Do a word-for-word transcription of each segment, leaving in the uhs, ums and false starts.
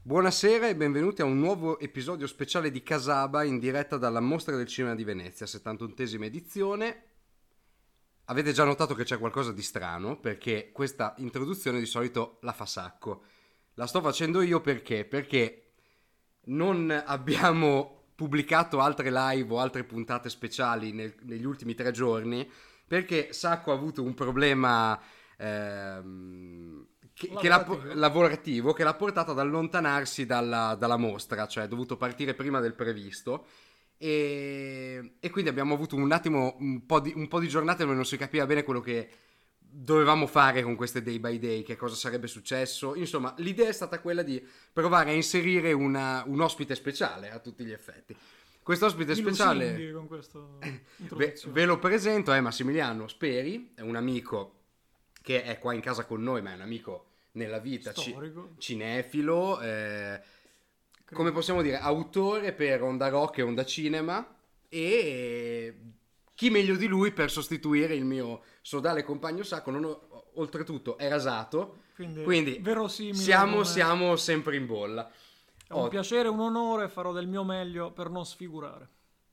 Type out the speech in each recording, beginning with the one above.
Buonasera e benvenuti a un nuovo episodio speciale di Casaba in diretta dalla Mostra del Cinema di Venezia, settantunesima edizione. Avete già notato che c'è qualcosa di strano, perché questa introduzione di solito la fa Sacco. La sto facendo io perché? Perché non abbiamo pubblicato altre live o altre puntate speciali nel- negli ultimi tre giorni, perché Sacco ha avuto un problema ehm, che, che l'ha po- Lavorativo. lavorativo che l'ha portato ad allontanarsi dalla, dalla mostra, cioè è dovuto partire prima del previsto. E, e quindi abbiamo avuto un attimo un po' di, un po' di giornate dove non si capiva bene quello che dovevamo fare con queste day by day, che cosa sarebbe successo. Insomma, l'idea è stata quella di provare a inserire una- un ospite speciale a tutti gli effetti. Quest'ospite Mi speciale lusinghi con questa ve, introduzione. ve lo presento, è Massimiliano Speri, è un amico che è qua in casa con noi, ma è un amico nella vita, ci- Storico. cinefilo, eh, come Critico. possiamo dire, autore per Onda Rock e Onda Cinema, e chi meglio di lui per sostituire il mio sodale compagno Sacco. Non ho- oltretutto è rasato, Quindi quindi verosimile siamo, come... siamo sempre in bolla. È un Oh, piacere, un onore, farò del mio meglio per non sfigurare.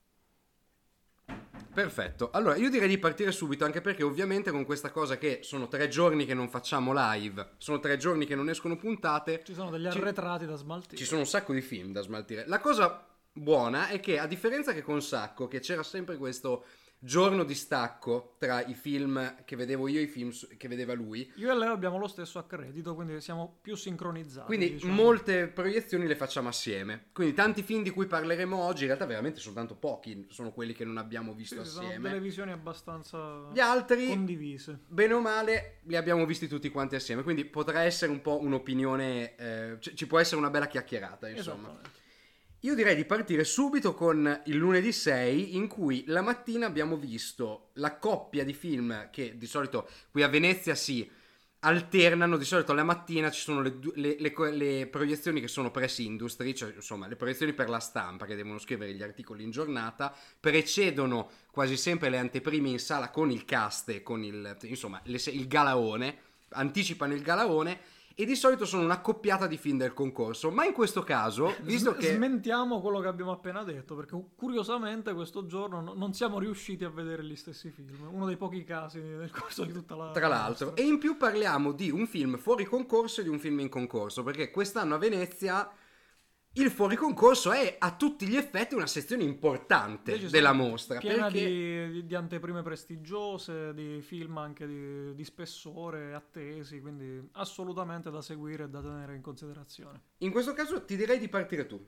perfetto, allora io direi di partire subito, anche perché ovviamente con questa cosa che sono tre giorni che non facciamo live, sono tre giorni che non escono puntate, Ci sono degli ci, arretrati da ci smaltire. sono un sacco di film da smaltire. La cosa buona è che, a differenza che con Sacco, che c'era sempre questo giorno di stacco tra i film che vedevo io e i film su- che vedeva lui, Io e lei abbiamo lo stesso accredito, quindi siamo più sincronizzati, quindi diciamo. molte proiezioni le facciamo assieme. Quindi tanti film di cui parleremo oggi, in realtà veramente soltanto pochi sono quelli che non abbiamo Sì, visto sì, sono assieme. delle visioni abbastanza Gli altri, condivise. bene o male, li abbiamo visti tutti quanti assieme, quindi potrà essere un po' un'opinione, eh, c- ci può essere una bella chiacchierata, insomma. Esattamente. Io direi di partire subito con il lunedì sei, in cui la mattina abbiamo visto la coppia di film che di solito qui a Venezia si alternano. Di solito la mattina ci sono le, du- le- le co- le proiezioni che sono press industry, cioè insomma le proiezioni per la stampa che devono scrivere gli articoli in giornata, precedono quasi sempre le anteprime in sala con il cast e con il, insomma, le se- il galaone, anticipano il galaone, e di solito sono un'accoppiata di film del concorso. Ma in questo caso, visto Sm- che Smentiamo quello che abbiamo appena detto, perché curiosamente questo giorno no- non siamo riusciti a vedere gli stessi film. Uno dei pochi casi nel corso di tutta la, tra la l'altro, mostra. e in più parliamo di un film fuori concorso e di un film in concorso, perché quest'anno a Venezia il fuori concorso è a tutti gli effetti una sezione importante della Decisamente. mostra, Piena perché di, di- di anteprime prestigiose, di film anche di, di spessore, attesi, quindi assolutamente da seguire e da tenere in considerazione. in questo caso ti direi di partire tu,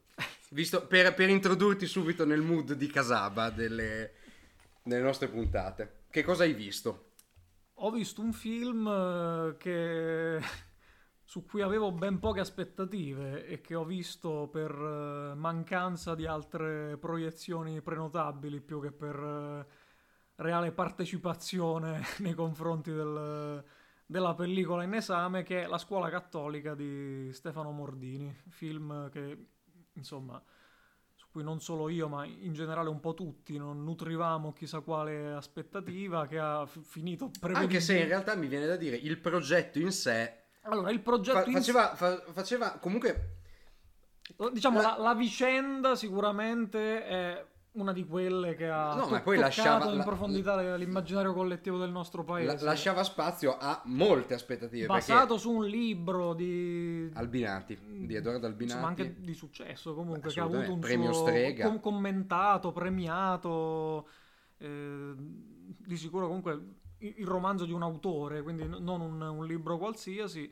visto per, per introdurti subito nel mood di Casaba delle, delle nostre puntate. Che cosa hai visto? Ho visto un film eh, che su cui avevo ben poche aspettative e che ho visto per eh, mancanza di altre proiezioni prenotabili più che per eh, reale partecipazione nei confronti del- della pellicola in esame, che è La scuola cattolica di Stefano Mordini, film che insomma su cui non solo io, ma in generale un po' tutti non nutrivamo chissà quale aspettativa, che ha f- finito Anche se in prevedibilmente. realtà mi viene da dire, il progetto in sé Allora, il fa- progetto in sé, faceva, fa- faceva comunque diciamo, la- la, la vicenda sicuramente è una di quelle che ha no, ma to- poi lasciava, toccato in la- profondità l'immaginario collettivo del nostro la- paese, lasciava spazio a molte aspettative, basato perché su un libro di... Albinati, di Edoardo insomma anche Albinati, di successo beh, comunque, che ha avuto assolutamente, un premio suo Strega. com- commentato, premiato, eh, di sicuro comunque il il romanzo di un autore, quindi n- non un, un libro qualsiasi.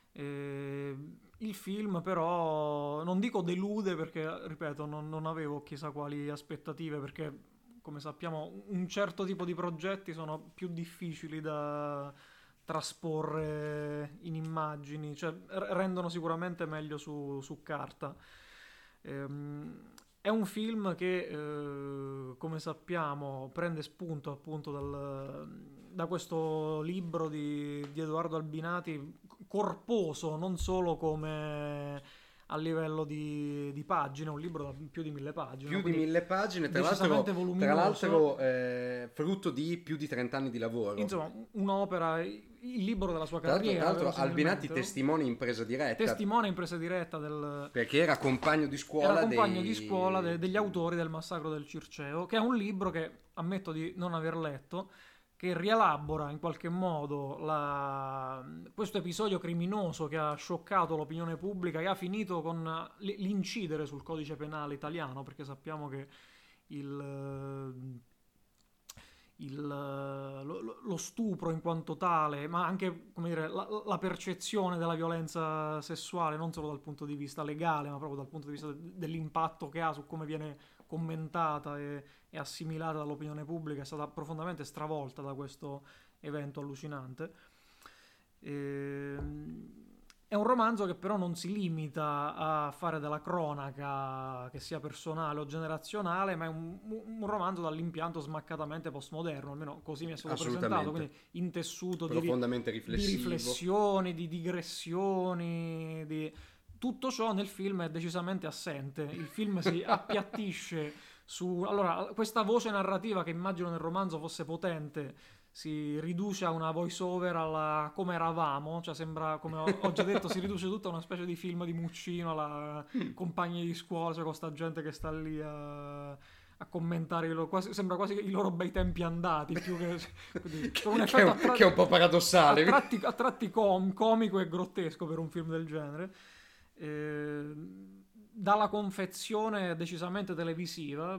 Eh, il film però non dico delude perché, ripeto, non, non avevo chissà quali aspettative, perché come sappiamo un certo tipo di progetti sono più difficili da trasporre in immagini, cioè r- rendono sicuramente meglio su, su carta. Ehm, è un film che, eh, come sappiamo, prende spunto appunto dal- da questo libro di, di Edoardo Albinati, corposo non solo come a livello di, di pagine, un libro da più di mille pagine. Più no? di Quindi mille pagine, tra l'altro, decisamente tra voluminoso. l'altro eh, frutto di più di trenta anni di lavoro. Insomma, un'opera, il libro della sua Tra l'altro, carriera. tra l'altro Albinati verosimilmente, no? testimone in presa diretta. Testimone in presa diretta del... Perché era compagno di scuola, Era compagno dei... di scuola de- degli autori del Massacro del Circeo, che è un libro che ammetto di non aver letto, che rielabora in qualche modo la- questo episodio criminoso che ha scioccato l'opinione pubblica e ha finito con l- l'incidere sul codice penale italiano, perché sappiamo che il, il- lo, lo stupro in quanto tale, ma anche come dire, la, la percezione della violenza sessuale, non solo dal punto di vista legale, ma proprio dal punto di vista de- dell'impatto che ha su come viene commentata e, e assimilata dall'opinione pubblica, è stata profondamente stravolta da questo evento allucinante. Ehm, È un romanzo che però non si limita a fare della cronaca, che sia personale o generazionale, ma è un, un romanzo dall'impianto smaccatamente postmoderno, almeno così mi è stato presentato, quindi intessuto di, ri- profondamente di riflessivo. riflessioni, di digressioni, di... Tutto ciò nel film è decisamente assente. Il film si appiattisce su... Allora, questa voce narrativa che immagino nel romanzo fosse potente si riduce a una voice over alla come eravamo, cioè sembra, come ho, ho già detto, si riduce tutto a una specie di film di Muccino, alla compagni di scuola, cioè con sta gente che sta lì a, a commentare, i loro- quasi, sembra quasi i loro bei tempi andati, più che... quindi, che, con un che è effetto un, a tratti- che è un po' a paradossale. tratti, a tratti com- comico e grottesco per un film del genere. Eh, dalla confezione decisamente televisiva,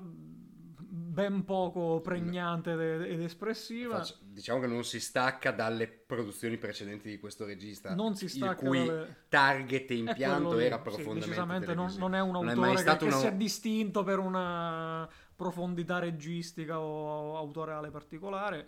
ben poco pregnante ed ed espressiva. Faccio- diciamo che non si stacca dalle produzioni precedenti di questo regista, Non si il stacca cui dalle- target e È impianto quello lì, era sì, profondamente decisamente non, televisivo. non è un Non è autore mai che, stato che una- si è distinto per una profondità reggistica o autoriale particolare.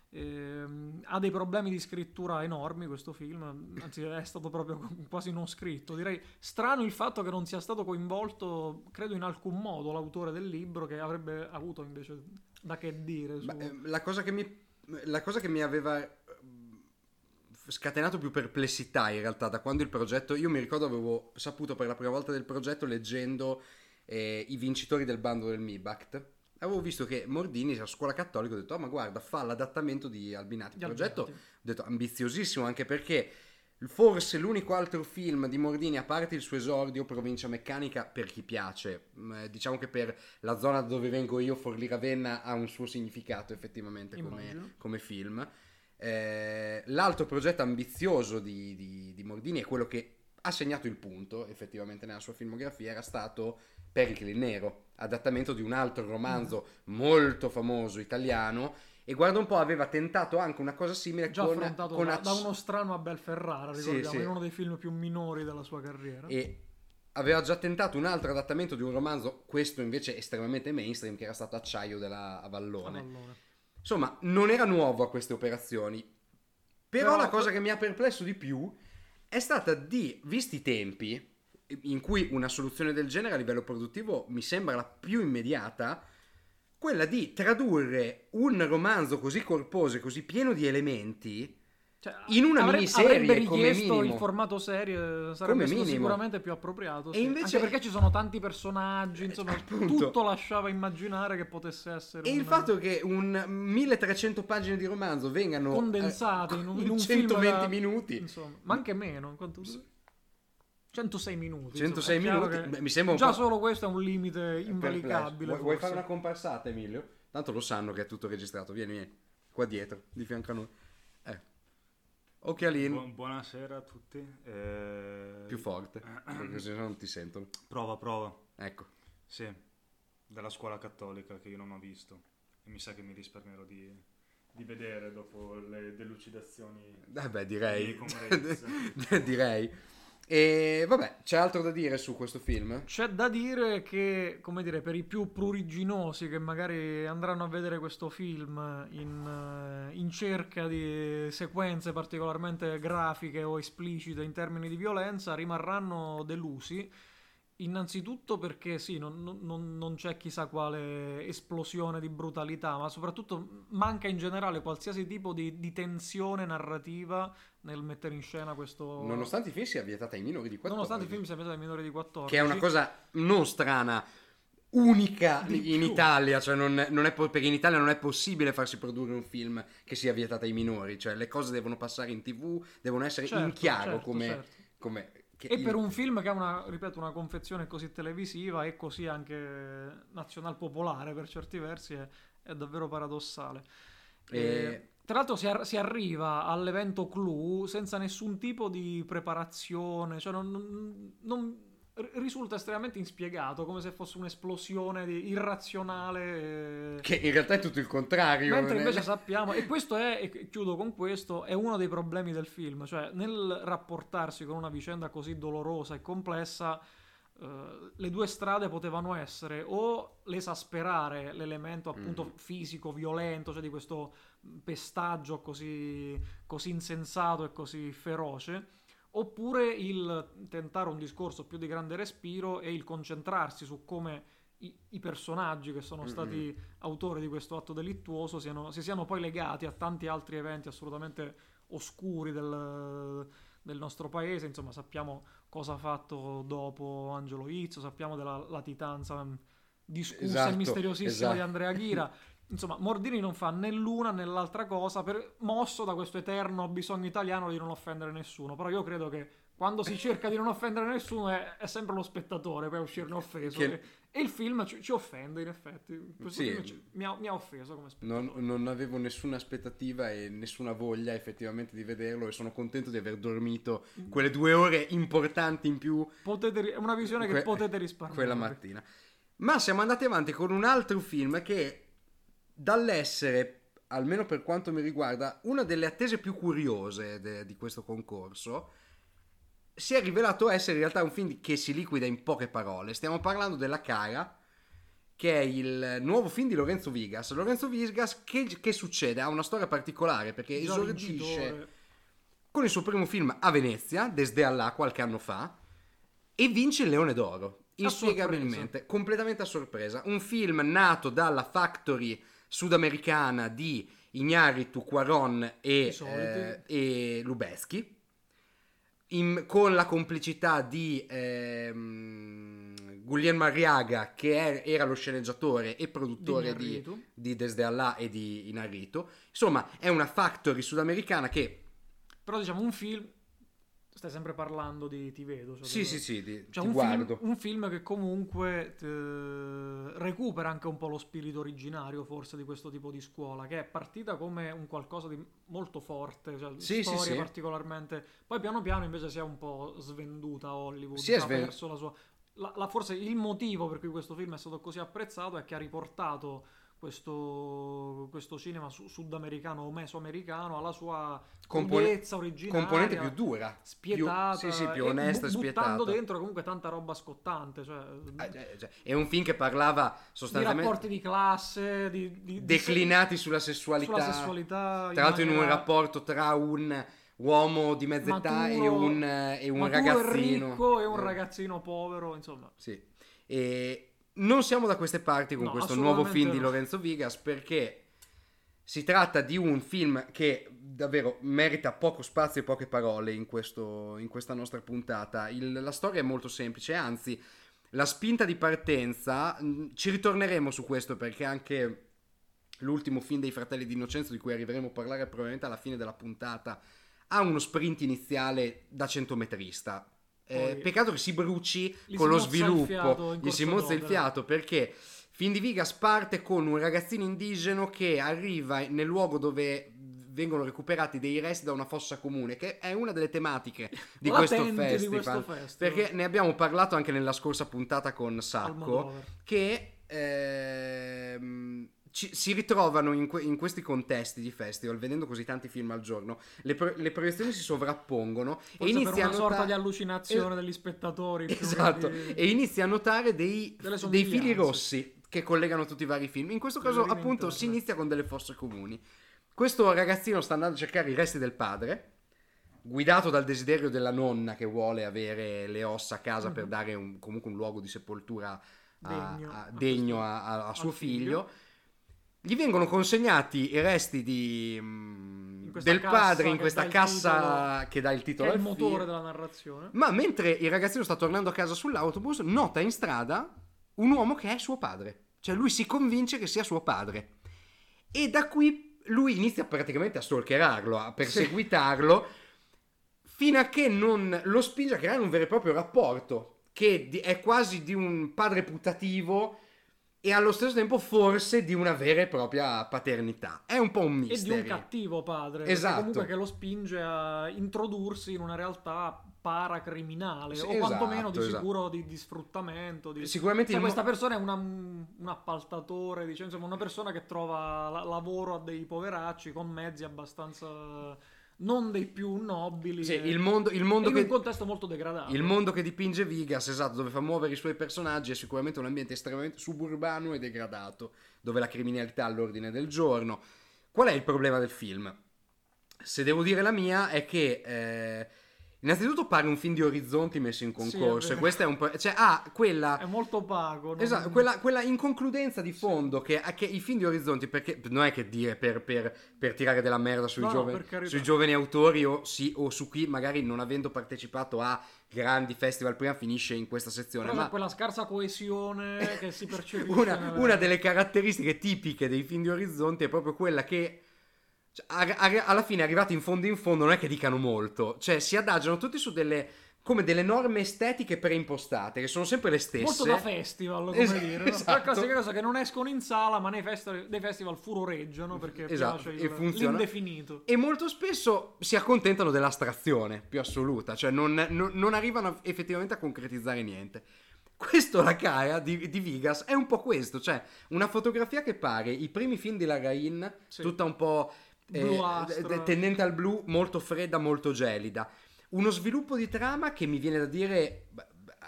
Ehm, ha dei problemi di scrittura enormi questo film, anzi è stato proprio quasi non scritto. Direi strano il fatto che non sia stato coinvolto, credo in alcun modo, l'autore del libro, che avrebbe avuto invece da che dire su... Ma, eh, la cosa che mi la cosa che mi aveva eh, scatenato più perplessità in realtà da quando il progetto, io mi ricordo avevo saputo per la prima volta del progetto leggendo eh, i vincitori del bando del MIBACT, avevo visto che Mordini a scuola cattolica, ho detto oh ma guarda fa l'adattamento di Albinati, il Di progetto Albinati. ho detto ambiziosissimo, anche perché forse l'unico altro film di Mordini, a parte il suo esordio, Provincia Meccanica, per chi piace, eh, diciamo che per la zona da dove vengo io, Forlì-Ravenna, ha un suo significato effettivamente come, Immagino. come film. Eh, l'altro progetto ambizioso di, di, di Mordini è quello che ha segnato il punto effettivamente nella sua filmografia, era stato Pericle il Nero, adattamento di un altro romanzo Mm. molto famoso italiano. E guarda un po', aveva tentato anche una cosa simile Già con, affrontato con da, Ac- da uno strano Abel Ferrara, Sì, ricordiamo, sì. in uno dei film più minori della sua carriera. E aveva già tentato un altro adattamento di un romanzo, questo invece estremamente mainstream, che era stato Acciaio della Avallone. Avallone. Insomma, non era nuovo a queste operazioni. Però, Però- la cosa che mi ha perplesso di più è stata di, visti i tempi, in cui una soluzione del genere a livello produttivo mi sembra la più immediata, quella di tradurre un romanzo così corposo e così pieno di elementi Cioè, in una avrebbe- miniserie, avrebbe come richiesto minimo. il formato serie, sarebbe Come stato minimo. sicuramente più appropriato. E sì. invece- Anche perché ci sono tanti personaggi, insomma, appunto. tutto lasciava immaginare che potesse essere E un- il fatto che un milletrecento pagine di romanzo vengano condensate eh, in un, in un centoventi film da- minuti, insomma, ma anche meno, quanto- centosei minuti. centosei insomma, è chiaro minuti, che beh, mi sembra un già po' solo questo è un limite perplesso. invalicabile. Vuoi, vuoi forse. fare una comparsata, Emilio? Tanto lo sanno che è tutto registrato. Vieni, vieni. Qua dietro, di fianco a noi. Eh. Occhialini. Bu- buonasera a tutti. Eh, Più forte, perché se no non ti sentono. Prova, prova. Ecco. Sì, della scuola cattolica che io non ho visto. E mi sa che mi risparmierò di, di vedere dopo le delucidazioni Eh beh, di direi. Comrezza. direi. E vabbè, c'è altro da dire su questo film? C'è da dire che, come dire, per i più pruriginosi che magari andranno a vedere questo film in, eh, in cerca di sequenze particolarmente grafiche o esplicite in termini di violenza, rimarranno delusi. Innanzitutto perché sì, non, non- non c'è chissà quale esplosione di brutalità, ma soprattutto manca in generale qualsiasi tipo di, di tensione narrativa nel mettere in scena questo... Nonostante il film sia vietata ai minori di Nonostante il quattordici, film sia vietato ai minori di che è una quattordici. cosa non strana, unica Di in più. Italia, cioè non, non è po- perché in Italia non è possibile farsi produrre un film che sia vietato ai minori, cioè le cose devono passare in tv, devono essere in Certo, chiaro certo, come, certo. come che E il- per un film che ha una, ripeto, una confezione così televisiva e così anche nazional popolare per certi versi è, è davvero paradossale. E- E, tra l'altro si, ar- si arriva all'evento clou senza nessun tipo di preparazione, cioè non, non- non- r- risulta estremamente inspiegato, come se fosse un'esplosione di- irrazionale. eh, che in realtà è tutto il contrario. Mentre nel- invece sappiamo, e questo è, e chiudo con questo, è uno dei problemi del film, cioè nel rapportarsi con una vicenda così dolorosa e complessa, eh, le due strade potevano essere o l'esasperare l'elemento appunto Mhm. fisico, violento, cioè di questo pestaggio così, così insensato e così feroce, oppure il tentare un discorso più di grande respiro e il concentrarsi su come i, i personaggi che sono Mhm. stati autori di questo atto delittuoso siano- si siano poi legati a tanti altri eventi assolutamente oscuri del, del nostro paese. Insomma, sappiamo cosa ha fatto dopo Angelo Izzo, sappiamo della latitanza mh, discussa Esatto, e misteriosissima esatto. di Andrea Ghira. Insomma, Mordini non fa né l'una né l'altra cosa, per- mosso da questo eterno bisogno italiano di non offendere nessuno. Però io credo che quando si cerca di non offendere nessuno è, è sempre lo spettatore poi a uscirne offeso. Che- E, e il film ci, ci offende, in effetti. Questo Sì. film ci- mi, ha, mi ha offeso come spettatore. Non, non avevo nessuna aspettativa e nessuna voglia effettivamente di vederlo e sono contento di aver dormito quelle due ore importanti in più Potete ri- è una visione che que- potete risparmiare. quella mattina. Ma siamo andati avanti con un altro film che dall'essere, almeno per quanto mi riguarda, una delle attese più curiose de- di questo concorso, si è rivelato essere in realtà un film che si liquida in poche parole. Stiamo parlando della Cara, che è il nuovo film di Lorenzo Vigas. Lorenzo Vigas, che, che succede? Ha una storia particolare perché Già esordisce vincitore. con il suo primo film a Venezia, Desde Allah, qualche anno fa, e vince il Leone d'Oro. A Inspiegabilmente, completamente a sorpresa. Un film nato dalla factory sudamericana di Iñárritu, Cuarón e, I soliti. eh, e Lubezki, in- con la complicità di ehm, Guglielmo Arriaga, che è- era lo sceneggiatore e produttore di, Iñárritu. di Desde Allah e di Iñárritu. Insomma, è una factory sudamericana che... Però diciamo un film. Stai sempre parlando di Ti vedo. Cioè Sì, del- sì, sì, di, Cioè ti un guardo. film, un film che comunque eh, recupera anche un po' lo spirito originario forse di questo tipo di scuola, che è partita come un qualcosa di molto forte, cioè Sì, sì, storie sì. particolarmente... Poi piano piano invece si è un po' svenduta a Hollywood, Si è ha sven- perso la sua... la- la- forse il motivo per cui questo film è stato così apprezzato è che ha riportato questo, questo cinema su- sudamericano o mesoamericano alla sua Compone- crudezza originaria, componente più dura, spietata, più, sì, sì, più e onesta e bu- buttando spietata. dentro comunque tanta roba scottante, cioè Ah, eh, cioè, è un film che parlava di sostanzialmente rapporti di classe, di, di- di declinati sulla se- sessualità, sulla sessualità, tra l'altro in un maniera rapporto tra un uomo di mezza età e maturo- un, eh, e un maturo ragazzino. e ricco e un Eh, ragazzino povero, insomma. Sì. E non siamo da queste parti con No, questo nuovo assolutamente film di no. Lorenzo Vigas, perché si tratta di un film che davvero merita poco spazio e poche parole in, questo, in questa nostra puntata. Il- la storia è molto semplice, anzi la spinta di partenza, mh, ci ritorneremo su questo perché anche l'ultimo film dei Fratelli d'Innocenzo, di cui arriveremo a parlare probabilmente alla fine della puntata, ha uno sprint iniziale da centometrista. Eh, Poi peccato che si bruci gli con si lo mozza il sviluppo, fiato in gli si corso mozza il d'opera. fiato perché film di Vigas parte con un ragazzino indigeno che arriva nel luogo dove vengono recuperati dei resti da una fossa comune, che è una delle tematiche di questo Latenti di festival, questo festival. perché ne abbiamo parlato anche nella scorsa puntata con Sacco, Almodovar. che ehm, ci- si ritrovano in, que- in questi contesti di festival, vedendo così tanti film al giorno, le, pro- le proiezioni si sovrappongono e Forse inizia per a una sorta nota- di allucinazione Eh, degli spettatori. più che Esatto, di- e inizia a notare dei, Delle dei fili somiglianze. rossi che collegano tutti i vari film. In questo Delle caso, rime appunto, interne. si inizia con delle fosse comuni. Questo ragazzino sta andando a cercare i resti del padre guidato dal desiderio della nonna che vuole avere le ossa a casa Mhm. per dare un- comunque un luogo di sepoltura a- Degno a, a degno questo- a, a- a suo al figlio. figlio. Gli vengono consegnati i resti di, mm, In questa del cassa padre in che questa dà il cassa titolo- che dà il che titolo è il al motore film. della narrazione. Ma mentre il ragazzino sta tornando a casa sull'autobus, nota in strada un uomo che è suo padre. Cioè lui si convince che sia suo padre. E da qui lui inizia praticamente a stalkerarlo, a perseguitarlo, fino a che non lo spinge a creare un vero e proprio rapporto, che di- è quasi di un padre putativo e allo stesso tempo forse di una vera e propria paternità. È un po' un E di mystery. un cattivo padre, perché Esatto. comunque che lo spinge a introdursi in una realtà paracriminale, Sì, o quantomeno esatto, di esatto. sicuro di, di sfruttamento. Di... Sicuramente Cioè, il mo- questa persona è una- un appaltatore, diciamo, insomma, una persona che trova la- lavoro a dei poveracci con mezzi abbastanza non dei più nobili. Sì, e- il mondo, il mondo e in che... un contesto molto degradato. Il mondo che dipinge Vigas, esatto, dove fa muovere i suoi personaggi, è sicuramente un ambiente estremamente suburbano e degradato, dove la criminalità è all'ordine del giorno. Qual è il problema del film? Se devo dire la mia, è che eh, innanzitutto pare un film di orizzonti messo in Sì, è concorso, e vero. questa è un po'... Cioè, ha quella... È molto opaco. non- Esatto, quella, quella inconcludenza di fondo che, che i film di orizzonti, perché non è che dire per, per- per tirare della merda sui, No, no, giovani, per carità. sui giovani autori o, sì, o su chi magari non avendo partecipato a grandi festival prima finisce in questa sezione. Però c'è Ma quella scarsa coesione che si percepisce. una, nella- una delle caratteristiche tipiche dei film di orizzonti è proprio quella che cioè, a- a- alla fine arrivati in fondo in fondo non è che dicano molto, cioè si adagiano tutti su delle come delle norme estetiche preimpostate che sono sempre le stesse. Molto da festival, come Es- dire. No? esatto. La classica cosa che non escono in sala, ma nei festival, dei festival furoreggiano perché Esatto, piace e il- funziona. l'indefinito. E molto spesso si accontentano dell'astrazione più assoluta, cioè non, non- non arrivano a- effettivamente a concretizzare niente. Questo, la Cara di, di Vigas, è un po' questo, cioè una fotografia che pare i primi film di Larraín, Sì. tutta un po' eh, Bluastra. d- tendente al blu, molto fredda, molto gelida. Uno sviluppo di trama che mi viene da dire beh,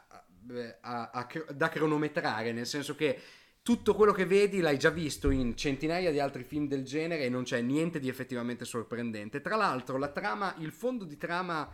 beh, a- a- da cronometrare, nel senso che tutto quello che vedi l'hai già visto in centinaia di altri film del genere e non c'è niente di effettivamente sorprendente. Tra l'altro, la trama, il fondo di trama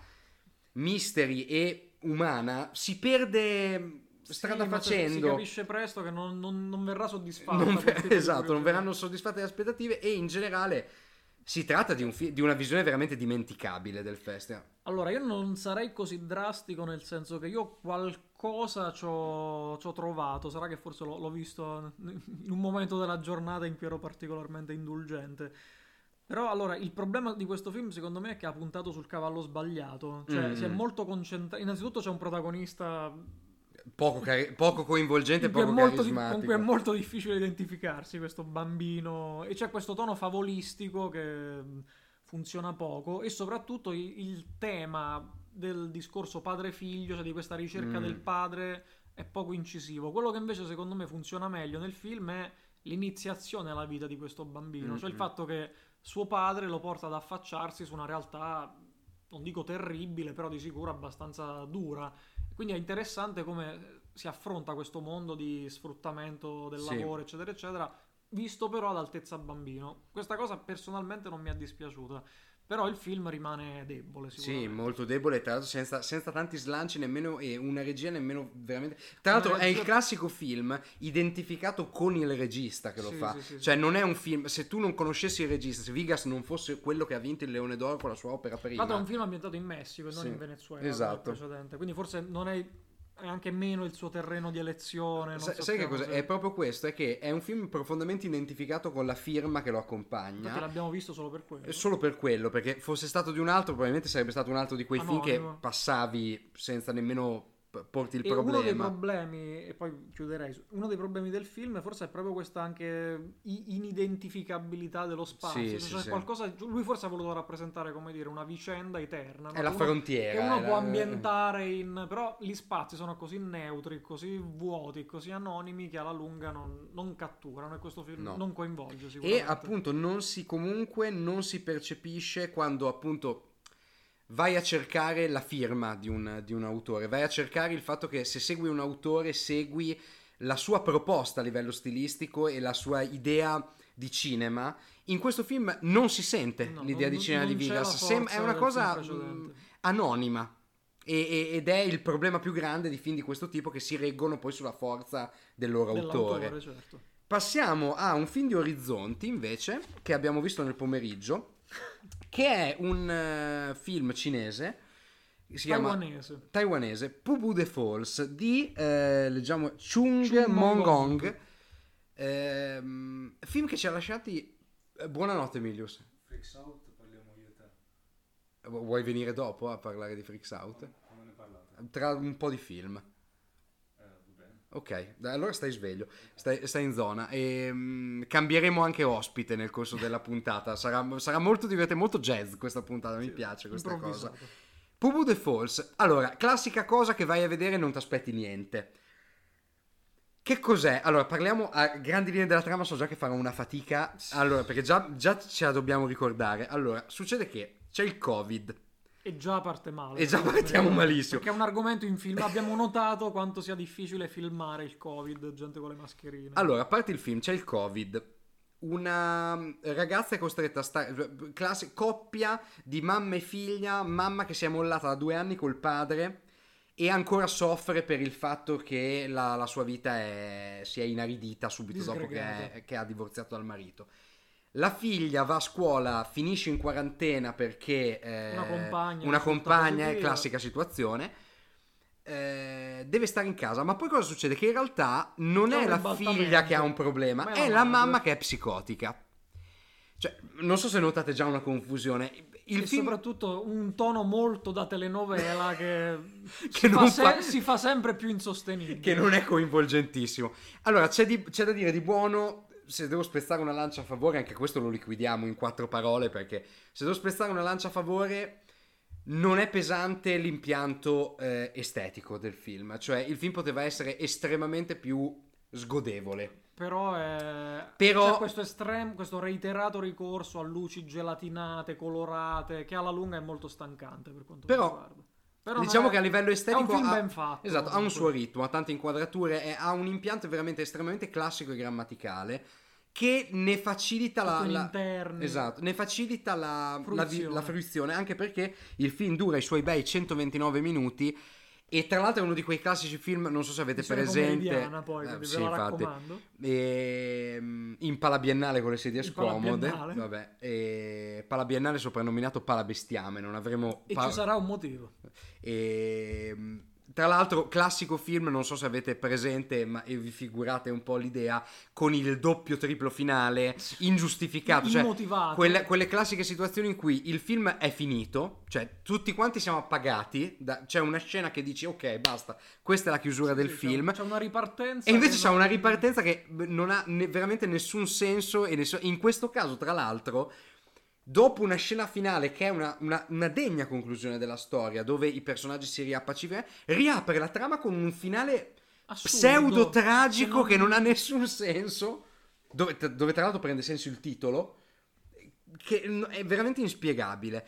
mystery e umana si perde strada Sì, ma si- facendo. Si capisce presto che non, non- non verrà soddisfatta. Non quel ver- tipo di esatto, non curiosità. verranno soddisfatte le aspettative e in generale si tratta di, un fi- di una visione veramente dimenticabile del festival. Allora, io non sarei così drastico, nel senso che io qualcosa ci ho ci ho trovato. Sarà che forse l'ho, l'ho visto in un momento della giornata in cui ero particolarmente indulgente. Però, allora, il problema di questo film, secondo me, è che ha puntato sul cavallo sbagliato. Cioè, Mm. si è molto concentrato. Innanzitutto c'è un protagonista Poco, cari- poco coinvolgente e con cui, è poco molto di- carismatico. con cui è molto difficile identificarsi, questo bambino. E c'è questo tono favolistico che mh, funziona poco. E soprattutto il, il tema del discorso padre-figlio, cioè di questa ricerca Mm. del padre, è poco incisivo. Quello che invece secondo me funziona meglio nel film è l'iniziazione alla vita di questo bambino. Cioè il Mm-mm. fatto che suo padre lo porta ad affacciarsi su una realtà, non dico terribile, però di sicuro abbastanza dura. Quindi è interessante come si affronta questo mondo di sfruttamento del Sì. lavoro, eccetera, eccetera, visto però ad altezza bambino. Questa cosa personalmente non mi è dispiaciuta, però il film rimane debole, Sì, sicuramente. molto debole, tra l'altro senza, senza tanti slanci nemmeno e una regia nemmeno veramente... Tra l'altro Una è il regia- classico film identificato con il regista che lo Sì, fa, sì, sì, cioè sì. non è un film, se tu non conoscessi il regista, se Vigas non fosse quello che ha vinto il Leone d'Oro con la sua opera Tra prima... l'altro è un film ambientato in Messico e non Sì, in Venezuela, esatto. come il precedente, quindi forse non è, è anche meno il suo terreno di elezione. Non Sai, sai sappiamo che cosa? se- È proprio questo, è che è un film profondamente identificato con la firma che lo accompagna. Infatti l'abbiamo visto solo per quello. È solo per quello, perché fosse stato di un altro, probabilmente sarebbe stato un altro di quei film che Anonimo. passavi senza nemmeno p- porti il E uno dei problema. problemi, e poi chiuderei, su- uno dei problemi del film forse è proprio questa anche i- inidentificabilità dello spazio. Sì, Cioè, sì, c'è sì. qualcosa, lui forse ha voluto rappresentare, come dire, una vicenda eterna. no? È la Che uno- frontiera. Che uno è può la- ambientare in... Però gli spazi sono così neutri, così vuoti, così anonimi che alla lunga non, non catturano e questo film No. non coinvolge E sicuramente. appunto non si comunque non si percepisce quando appunto vai a cercare la firma di un, di un autore, vai a cercare il fatto che se segui un autore segui la sua proposta a livello stilistico e la sua idea di cinema, in questo film non si sente No, l'idea non- di cinema non di c'è Vigas, la Sem- forza è una del cosa film precedente. mh, anonima. E- e- ed è il problema più grande di film di questo tipo, che si reggono poi sulla forza del loro Dell'autore, autore. certo. Passiamo a un film di Orizzonti invece, che abbiamo visto nel pomeriggio, che è un eh, film cinese, si chiama Taiwanese. taiwanese, Pubu The Falls di eh, leggiamo Chung, Chung Mong-Gong, Mong-Gong. Ehm, film che ci ha lasciati. eh, buonanotte Emilius. Freaks Out, parliamo io e te. Vu- vuoi venire dopo a parlare di Freaks Out? Come ne parlate? Tra un po' di film. Eh, va bene. Ok, dai, allora stai sveglio, stai, stai in zona. E, mm, cambieremo anche ospite nel corso della puntata. Sarà, sarà molto divertente, molto jazz questa puntata. Mi piace questa cosa. Improvvisato. Pubu The Falls. Allora, classica cosa che vai a vedere e non ti aspetti niente. Che cos'è? Allora, parliamo a grandi linee della trama, so già che farò una fatica. Allora, perché già, già ce la dobbiamo ricordare. Allora, succede che c'è il Covid. E già parte male. E già partiamo malissimo. Perché è un argomento in film. Abbiamo notato quanto sia difficile filmare il Covid, gente con le mascherine. Allora, a parte il film, c'è il Covid. Una ragazza è costretta a stare, classe, coppia di mamma e figlia, mamma che si è mollata da due anni col padre e ancora soffre per il fatto che la, la sua vita è, si è inaridita subito dopo che, Disgregata. è- che ha divorziato dal marito. La figlia va a scuola, finisce in quarantena perché eh, Una compagna una risulta compagna è positiva. classica situazione. eh, deve stare in casa, ma poi cosa succede? Che in realtà non C'è è un la ribaltamento. figlia che ha un problema, Ma è, è la la madre. mamma che è psicotica. Cioè, non so se notate già una confusione. Il e film soprattutto un tono molto da telenovela che, Che si, non fa fa- se- si fa sempre più insostenibile. che non è coinvolgentissimo. Allora, c'è, di- c'è da dire di buono. Se devo spezzare una lancia a favore, anche questo lo liquidiamo in quattro parole, perché se devo spezzare una lancia a favore, non è pesante l'impianto eh, estetico del film. Cioè, il film poteva essere estremamente più sgodevole. Però, è... Però- c'è questo estremo, questo reiterato ricorso a luci gelatinate, colorate, che alla lunga è molto stancante per quanto Però, mi riguarda. Però non diciamo è- che a livello estetico è un film ha, ben fatto. esatto, ha un comunque. suo ritmo, ha tante inquadrature, e ha un impianto veramente estremamente classico e grammaticale che ne facilita la, Con la- interni. esatto, ne facilita la la vi- Fruizione. la fruizione, anche perché il film dura i suoi bei centoventinove minuti. E tra l'altro è uno di quei classici film, non so se avete Visione presente, comediana, poi, quindi sì, ve la infatti. raccomando. Ehm, in Palabiennale con le sedie In scomode, Palabiennale. vabbè, e Palabiennale soprannominato Palabestiame, non avremo E pa- ci sarà un motivo. e, tra l'altro, classico film, non so se avete presente, ma e vi figurate un po' l'idea, con il doppio triplo finale ingiustificato, cioè Immotivato. quelle, quelle classiche situazioni in cui il film è finito, cioè tutti quanti siamo appagati, da- c'è una scena che dici ok basta, questa è la chiusura del Sì, film, C'è, c'è una ripartenza. e invece che c'è non- una ripartenza che non ha ne- veramente nessun senso. E ness- in questo caso, tra l'altro, dopo una scena finale che è una, una- una degna conclusione della storia, dove i personaggi si riappacificano, riapre la trama con un finale Assurdo. pseudo tragico Che che non- non ha nessun senso, dove, dove tra l'altro prende senso il titolo, che n- è veramente inspiegabile.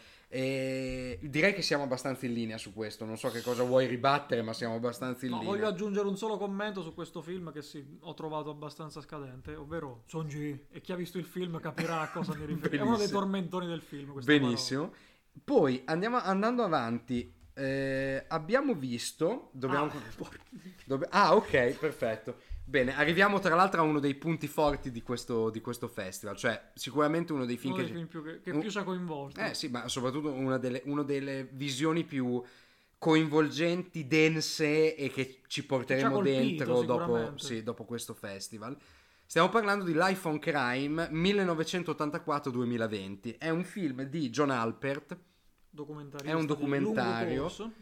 E direi che siamo abbastanza in linea su questo. Non so che cosa vuoi ribattere, ma siamo abbastanza in No, linea. voglio aggiungere un solo commento su questo film che sì, ho trovato abbastanza scadente, ovvero Sonji, e chi ha visto il film capirà a cosa mi riferisco. È uno dei Benissimo. tormentoni del film. questa Benissimo. Poi andiamo andando avanti. eh, abbiamo visto. Dobbiamo. parola. dobb- ah, ok, perfetto. Bene, arriviamo tra l'altro a uno dei punti forti di questo, di questo festival. Cioè, sicuramente uno dei film Uno che. dei film più che, che un- più ci ha coinvolto. Eh sì, ma soprattutto una delle, uno delle visioni più coinvolgenti, dense e che ci porteremo colpito, dentro dopo, sicuramente. sì, dopo questo festival. Stiamo parlando di Life on Crime millenovecentottantaquattro duemilaventi. È un film di John Alpert Documentarista è un di documentario. lungo corso.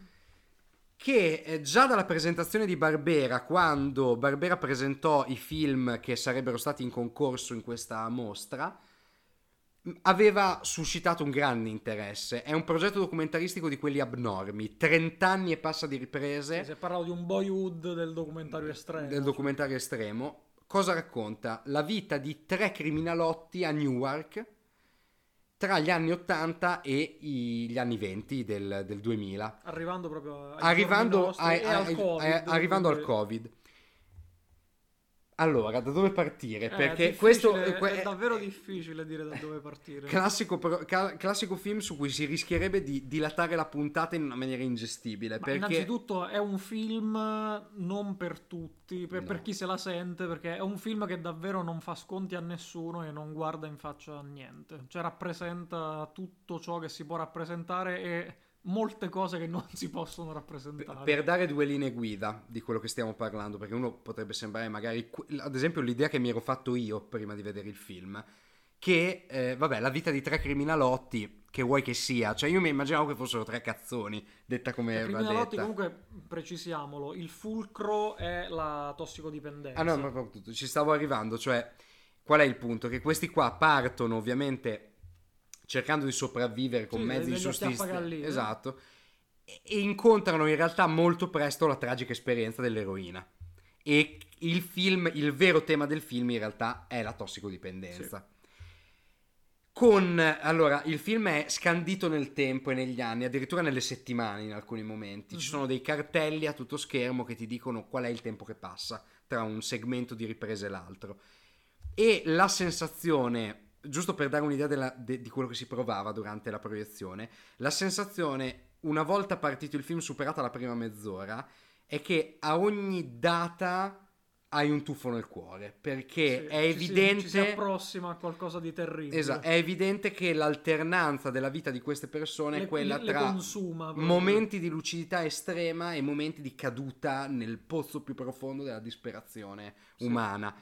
che eh, già dalla presentazione di Barbera, quando Barbera presentò i film che sarebbero stati in concorso in questa mostra, mh, aveva suscitato un grande interesse. È un progetto documentaristico di quelli abnormi, trenta anni e passa di riprese. Sì, si è parlato di un boyhood del documentario estremo. Del documentario estremo. Cosa racconta? La vita di tre criminalotti a Newark tra gli anni ottanta e i- gli anni venti del, del duemila. Arrivando proprio ai Arrivando, giorni nostri ai- e al ai- Covid, ai- arrivando al quindi- Covid. Allora, da dove partire? Eh, Perché è questo difficile, que- è davvero difficile dire da dove partire. classico, pro- ca- classico film su cui si rischierebbe di dilatare la puntata in una maniera ingestibile. Ma perché innanzitutto è un film non per tutti, per, No. per chi se la sente, perché è un film che davvero non fa sconti a nessuno e non guarda in faccia a niente. Cioè rappresenta tutto ciò che si può rappresentare e molte cose che non si possono rappresentare. per dare due linee guida di quello che stiamo parlando, perché uno potrebbe sembrare magari, ad esempio, l'idea che mi ero fatto io prima di vedere il film, che eh, vabbè, la vita di tre criminalotti, che vuoi che sia, cioè io mi immaginavo che fossero tre cazzoni, detta come Cioè, va criminalotti, detta. comunque, precisiamolo, il fulcro è la tossicodipendenza. Ah no, ma proprio tutto, ci stavo arrivando, cioè qual è il punto? Che questi qua partono ovviamente cercando di sopravvivere con Sì, mezzi di degli sussistenza, acchiappagalline. esatto, e, e incontrano in realtà molto presto la tragica esperienza dell'eroina. E il film, il vero tema del film in realtà è la tossicodipendenza. Con, allora, il film è scandito nel tempo e negli anni, addirittura nelle settimane in alcuni momenti. Ci Mhm. sono dei cartelli a tutto schermo che ti dicono qual è il tempo che passa tra un segmento di riprese e l'altro. E la sensazione, giusto per dare un'idea della- de- di quello che si provava durante la proiezione, la sensazione, una volta partito il film, superata la prima mezz'ora, è che a ogni data hai un tuffo nel cuore, perché Sì, è ci si- evidente... ci si approssima a qualcosa di terribile. Esatto, è evidente che l'alternanza della vita di queste persone Le- è quella le- le tra consuma proprio. momenti di lucidità estrema e momenti di caduta nel pozzo più profondo della disperazione Sì. umana.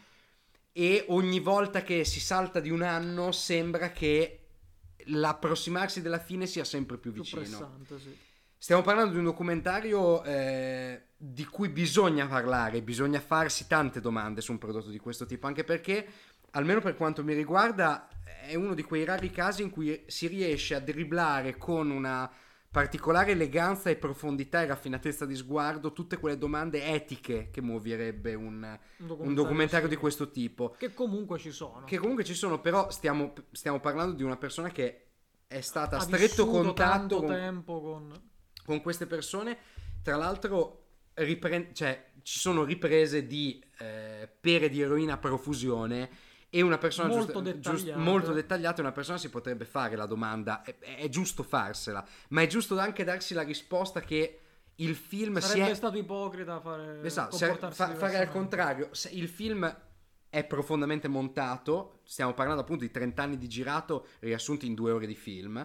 E ogni volta che si salta di un anno sembra che l'approssimarsi della fine sia sempre più Più vicino. pressante, sì. Stiamo parlando di un documentario eh, di cui bisogna parlare, bisogna farsi tante domande su un prodotto di questo tipo, anche perché, almeno per quanto mi riguarda, è uno di quei rari casi in cui si riesce a dribblare con una particolare eleganza e profondità e raffinatezza di sguardo tutte quelle domande etiche che muoverebbe un, un documentario sì. di questo tipo. Che comunque ci sono. Che comunque ci sono, però stiamo, stiamo parlando di una persona che è stata a Ha stretto vissuto contatto tanto con, tempo con... con queste persone. Tra l'altro ripre- cioè, ci sono riprese di eh, pere di eroina a profusione e una persona Molto giusta- giust- dettagliate. molto dettagliata, e una persona si potrebbe fare la domanda, è, è giusto farsela, ma è giusto anche darsi la risposta che il film si Sarebbe è... stato ipocrita fare... Esatto, se- comportarsi fa- fare al diversamente. contrario. Se il film è profondamente montato, stiamo parlando appunto di trenta anni di girato riassunti in due ore di film,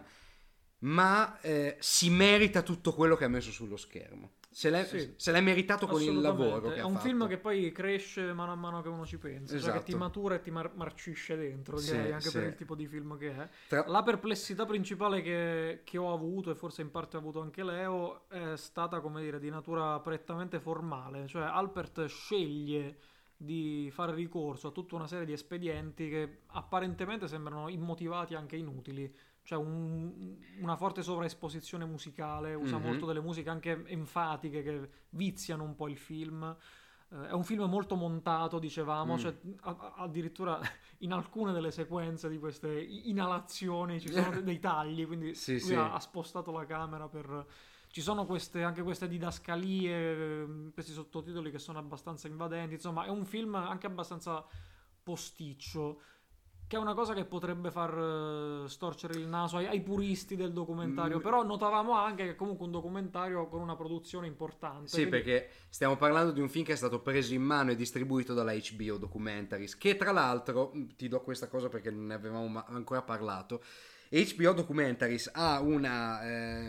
ma eh, si merita tutto quello che ha messo sullo schermo. Se l'è, Sì, se l'è meritato con il assolutamente. lavoro che è ha un fatto. film che poi cresce mano a mano che uno ci pensa, cioè che Esatto. ti matura e ti mar- marcisce dentro, Sì, direi, anche sì. per il tipo di film che è. Tra- La perplessità principale che, che ho avuto, e forse in parte ha avuto anche Leo, è stata, come dire, di natura prettamente formale. Cioè Alpert sceglie di fare ricorso a tutta una serie di espedienti che apparentemente sembrano immotivati e anche inutili. Cioè un- una forte sovraesposizione musicale, usa Mhm. molto delle musiche anche enfatiche che viziano un po' il film. Eh, è un film molto montato, dicevamo, Mm. cioè, a- a- addirittura in alcune delle sequenze di queste i- inalazioni ci sono de- dei tagli, quindi Sì, lui sì. ha, ha spostato la camera per... Ci sono queste, anche queste didascalie, ehm, questi sottotitoli che sono abbastanza invadenti, insomma è un film anche abbastanza posticcio, che è una cosa che potrebbe far eh, storcere il naso ai, ai puristi del documentario, Mm. però notavamo anche che comunque un documentario con una produzione importante. Sì, quindi- perché stiamo parlando di un film che è stato preso in mano e distribuito dalla H B O Documentaries, che tra l'altro, mh, ti do questa cosa perché non ne avevamo ma- ancora parlato, H B O Documentaries ha una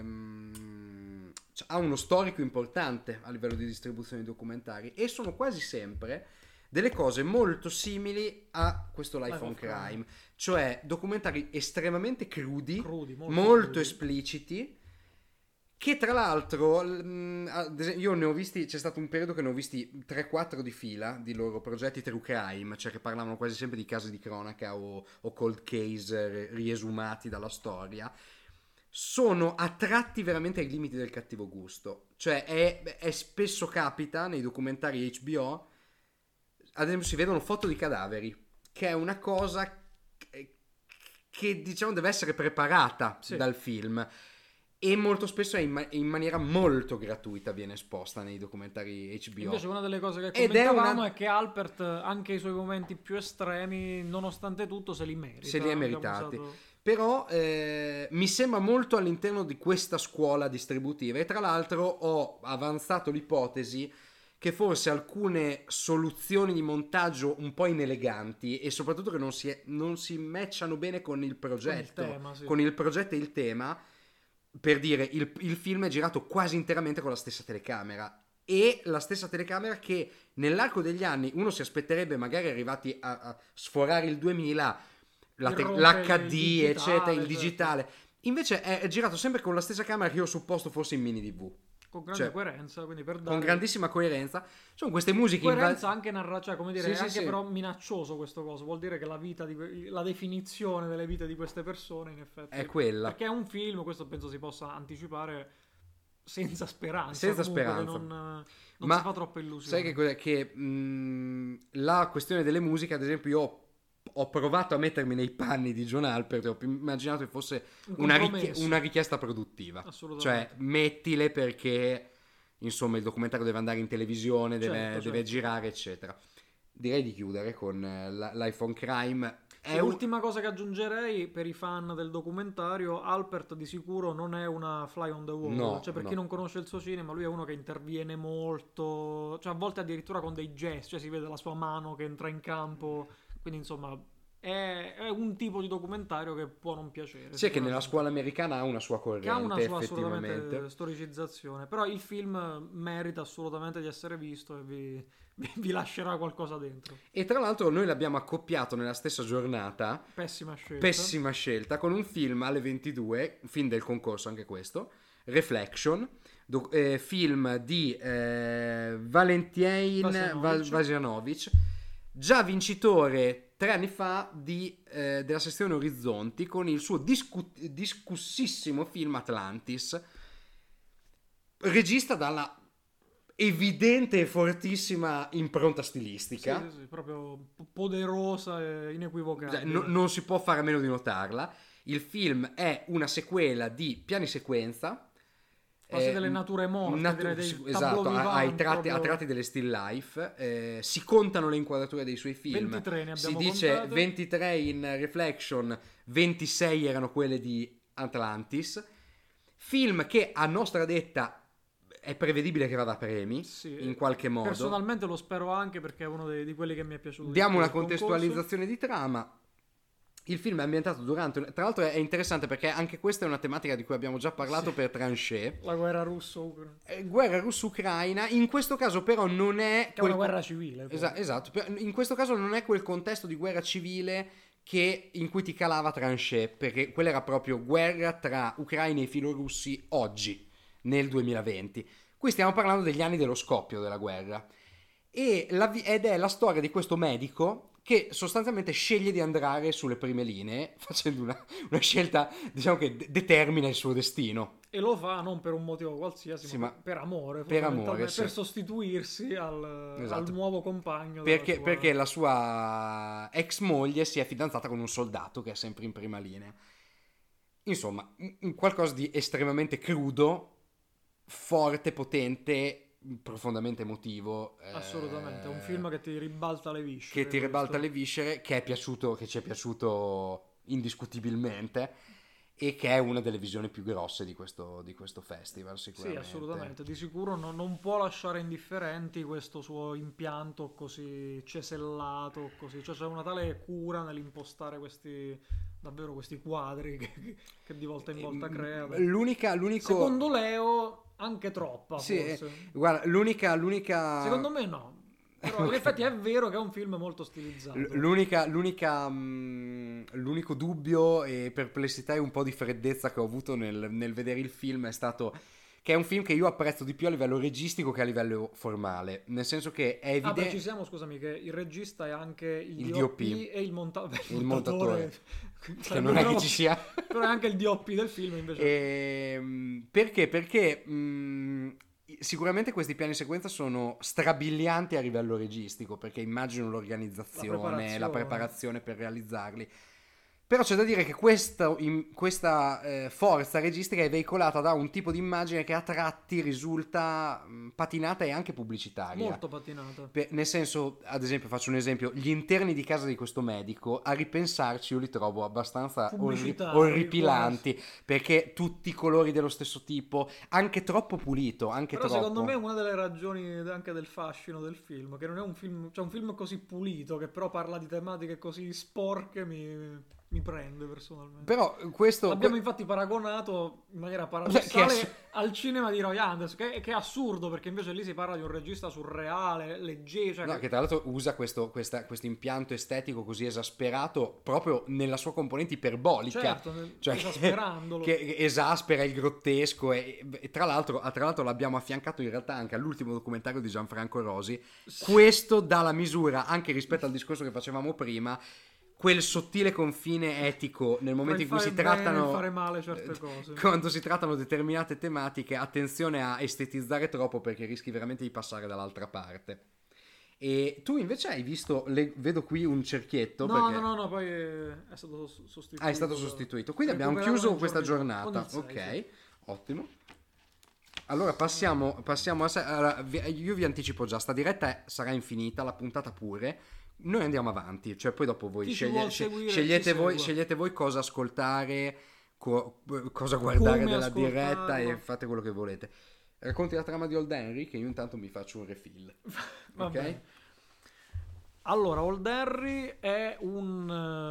ehm, cioè, ha uno storico importante a livello di distribuzione di documentari, e sono quasi sempre delle cose molto simili a questo Life, Life on of Crime, Crime. cioè documentari estremamente crudi, crudi, molto, molto crudi. espliciti, che tra l'altro mh, ad esempio, io ne ho visti, c'è stato un periodo che ne ho visti tre quattro di fila di loro progetti true crime, cioè che parlavano quasi sempre di casi di cronaca o, o cold case eh, riesumati dalla storia. Sono a tratti veramente ai limiti del cattivo gusto, cioè è, è spesso capita nei documentari H B O, ad esempio si vedono foto di cadaveri, che è una cosa che, che, diciamo deve essere preparata Sì. dal film, e molto spesso è in, ma- in maniera molto gratuita viene esposta nei documentari H B O. Invece una delle cose che Ed è commentavamo una- è che Alpert, anche i suoi momenti più estremi, nonostante tutto, se li merita. Se li è Abbiamo meritati. usato- Però eh, mi sembra molto all'interno di questa scuola distributiva, e tra l'altro ho avanzato l'ipotesi che forse alcune soluzioni di montaggio un po' ineleganti e soprattutto che non si, non si matchano bene con il progetto, Con il tema, sì. con il progetto e il tema. Per dire, il, il film è girato quasi interamente con la stessa telecamera, e la stessa telecamera che nell'arco degli anni uno si aspetterebbe, magari arrivati a, a sforare il duemila, la te- Irrompe l'H D, il digitale, eccetera, il certo. digitale. Invece è, è girato sempre con la stessa camera che io ho supposto fosse in mini D V, Con grande cioè, coerenza, quindi per dare con grandissima coerenza. Sono queste musiche inva- coerenza anche narrativa, cioè come dire, Sì, è sì, anche sì. però minaccioso questo coso, vuol dire che la vita di que- la definizione delle vite di queste persone in effetti è quella. perché è un film, questo penso si possa anticipare, senza speranza, Senza comunque, che speranza. non, non Ma si fa troppa illusione. Sai che cos'è? Che mh, la questione delle musiche, ad esempio, io ho, ho provato a mettermi nei panni di John Alpert e ho immaginato che fosse Un una, compromesso. richie- una richiesta produttiva. Assolutamente. Cioè, mettile perché, insomma, il documentario deve andare in televisione, deve, Certo, deve certo. girare, eccetera. Direi di chiudere con eh, la- l'iPhone Crime. È E un- l'ultima cosa che aggiungerei per i fan del documentario, Alpert di sicuro non è una fly on the wall, No, cioè per no. chi non conosce il suo cinema, lui è uno che interviene molto, cioè a volte addirittura con dei gesti, cioè si vede la sua mano che entra in campo, quindi insomma è, è un tipo di documentario che può non piacere. Sì, che nella sicuramente. scuola americana ha una sua corrente, Che ha una sua effettivamente. assolutamente storicizzazione, però il film merita assolutamente di essere visto e vi, vi- vi lascerà qualcosa dentro. E tra l'altro noi l'abbiamo accoppiato nella stessa giornata, Pessima scelta. pessima scelta, con un film alle ventidue, un film del concorso anche questo, Reflection, do- eh, film di eh, Valentin Vasjanovic. Va- Vasjanovic, già vincitore tre anni fa di, eh, della sezione Orizzonti con il suo discu- discussissimo film Atlantis, regista dalla evidente e fortissima impronta stilistica. Sì, sì, sì, proprio po- poderosa e inequivocabile. Cioè, no- non si può fare a meno di notarla. Il film è una sequela di piani sequenza, quasi eh, delle nature morte, natu- direi, dei sì, tableau esatto, a- ai vivant, tratti, a proprio. tratti delle still life. Eh, si contano le inquadrature dei suoi film. ventitré ne Si abbiamo dice contate. ventitré in Reflection, ventisei erano quelle di Atlantis. Film che a nostra detta è prevedibile che vada a premi, Sì, in qualche modo. Personalmente lo spero anche perché è uno dei- di quelli che mi è piaciuto. di Diamo più una del concorso. contestualizzazione di trama. Il film è ambientato durante... Tra l'altro è interessante perché anche questa è una tematica di cui abbiamo già parlato per Tranché. La guerra russo-ucraina. Eh, Guerra russo-ucraina, in questo caso però non è... Che è una guerra civile. poi. Esa- esatto, per- in questo caso non è quel contesto di guerra civile che in cui ti calava Tranché, perché quella era proprio guerra tra ucraini e filorussi oggi, nel duemilaventi. Qui stiamo parlando degli anni dello scoppio della guerra. E la vi- ed è la storia di questo medico che sostanzialmente sceglie di andare sulle prime linee, facendo una, una scelta, diciamo, che de- determina il suo destino. E lo fa non per un motivo qualsiasi, Sì, ma ma per amore. per fondamentalmente, amore, sì. Per sostituirsi al, Esatto. al nuovo compagno. della Perché, sua- perché la sua ex moglie si è fidanzata con un soldato che è sempre in prima linea. Insomma, un- un qualcosa di estremamente crudo, forte, potente, profondamente emotivo. eh, Assolutamente, è un film che ti ribalta le viscere. che ti ribalta questo. le viscere, che è piaciuto, che ci è piaciuto indiscutibilmente, e che è una delle visioni più grosse di questo, di questo festival, Sì, sicuramente. assolutamente. Di sicuro non, non può lasciare indifferenti questo suo impianto così cesellato, così. Cioè c'è una tale cura nell'impostare questi davvero questi quadri che, che di volta in volta crea. L'unica, l'unico... Secondo Leo anche troppa, Sì, forse. eh, guarda, l'unica, l'unica... Secondo me no. Però in effetti è vero che è un film molto stilizzato. L- L'unica, l'unica, mh, l'unico dubbio e perplessità e un po' di freddezza che ho avuto nel, nel vedere il film è stato che è un film che io apprezzo di più a livello registico che a livello formale, nel senso che è Ah, evidente... precisiamo, scusami, che il regista è anche il, Il D O P, D O P e il, monta- Il il montatore. montatore. che Sarebbe non è però- che ci sia... Però è anche il D O P del film invece. Ehm, perché? Perché mh, sicuramente questi piani sequenza sono strabilianti a livello registico, perché immagino l'organizzazione, La preparazione. la preparazione per realizzarli. Però c'è da dire che questa, in- questa eh, forza registica è veicolata da un tipo di immagine che a tratti risulta mh, patinata e anche pubblicitaria. Molto patinata. Per- nel senso, ad esempio, faccio un esempio, gli interni di casa di questo medico, a ripensarci io li trovo abbastanza orri- Pubblicitari, orripilanti, perché tutti i colori dello stesso tipo, anche troppo pulito, anche Però troppo. secondo me è una delle ragioni anche del fascino del film, che non è un film, cioè un film così pulito, che però parla di tematiche così sporche, mi, mi prende personalmente. Però questo... L'abbiamo que- infatti paragonato in maniera Che paradossale ass- al cinema di Roy Anders, che, che è assurdo, perché invece lì si parla di un regista surreale, leggero, cioè No, che- che tra l'altro usa questo, questa- questo impianto estetico così esasperato proprio nella sua componente iperbolica. certo, nel- Cioè, esasperandolo. che, che esaspera il grottesco e, e tra l'altro, tra l'altro l'abbiamo affiancato in realtà anche all'ultimo documentario di Gianfranco Rosi. Questo dà la misura anche rispetto al discorso che facevamo prima, quel sottile confine etico nel momento in cui si Fare bene e trattano fare male certe cose. quando si trattano determinate tematiche, attenzione a estetizzare troppo perché rischi veramente di passare dall'altra parte. E tu invece hai visto, le- vedo qui un cerchietto No, perché... no, no, no, poi è è stato s- sostituito. Ah, è stato sostituito. Quindi abbiamo Recuperavo chiuso nei questa giorni dopo, giornata. con il sei, Ok, sì. ottimo. Allora passiamo, passiamo a... se- allora, vi- io vi anticipo già, sta diretta è- sarà infinita, la puntata pure. Noi andiamo avanti, cioè poi dopo voi Chi ci sceglie- vuol sce- seguire, scegliete, ci voi, segua. scegliete voi cosa ascoltare, co- cosa guardare Come della ascoltarlo. diretta e fate quello che volete. Racconti la trama di Old Henry che io intanto mi faccio un refill. Va Ok? bene. Allora, Old Henry è un,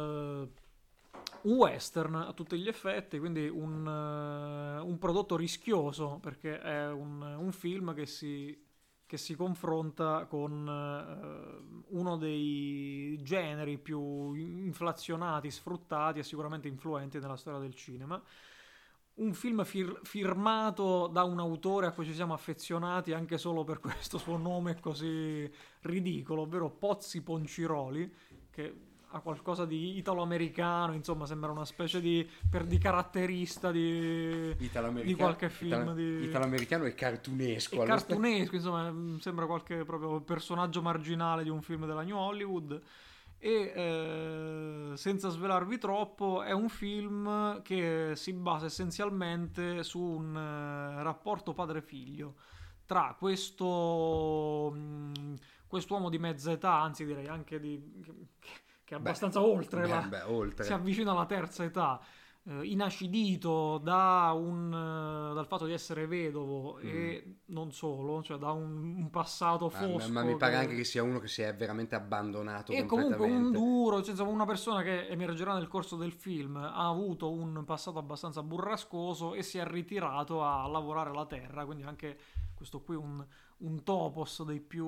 eh, un western a tutti gli effetti, quindi un, eh, un prodotto rischioso, perché è un, un film che si, che si confronta con eh, uno dei generi più inflazionati, sfruttati e sicuramente influenti nella storia del cinema. Un film fir- firmato da un autore a cui ci siamo affezionati anche solo per questo suo nome così ridicolo, ovvero Pozzi Ponciroli, che ha qualcosa di italo-americano, insomma sembra una specie di, per di caratterista di, Italo-americano, di qualche film italo- di... italo-americano e cartunesco. E allo stesso- cartunesco, insomma, mm, sembra qualche proprio personaggio marginale di un film della New Hollywood. E eh, senza svelarvi troppo, è un film che si basa essenzialmente su un eh, rapporto padre-figlio tra questo mh, quest'uomo di mezza età, anzi direi anche di che, che è Beh, abbastanza oltre beh, la, beh, oltre. si avvicina alla terza età, eh, inacidito da un, eh, dal fatto di essere vedovo e non solo, cioè da un, un passato Ma, ma- fosco. ma mi pare che- anche che sia uno che si è veramente abbandonato e comunque un completamente. duro, cioè, insomma, una persona che emergerà nel corso del film, ha avuto un passato abbastanza burrascoso e si è ritirato a lavorare la terra, quindi anche questo qui un, un topos dei più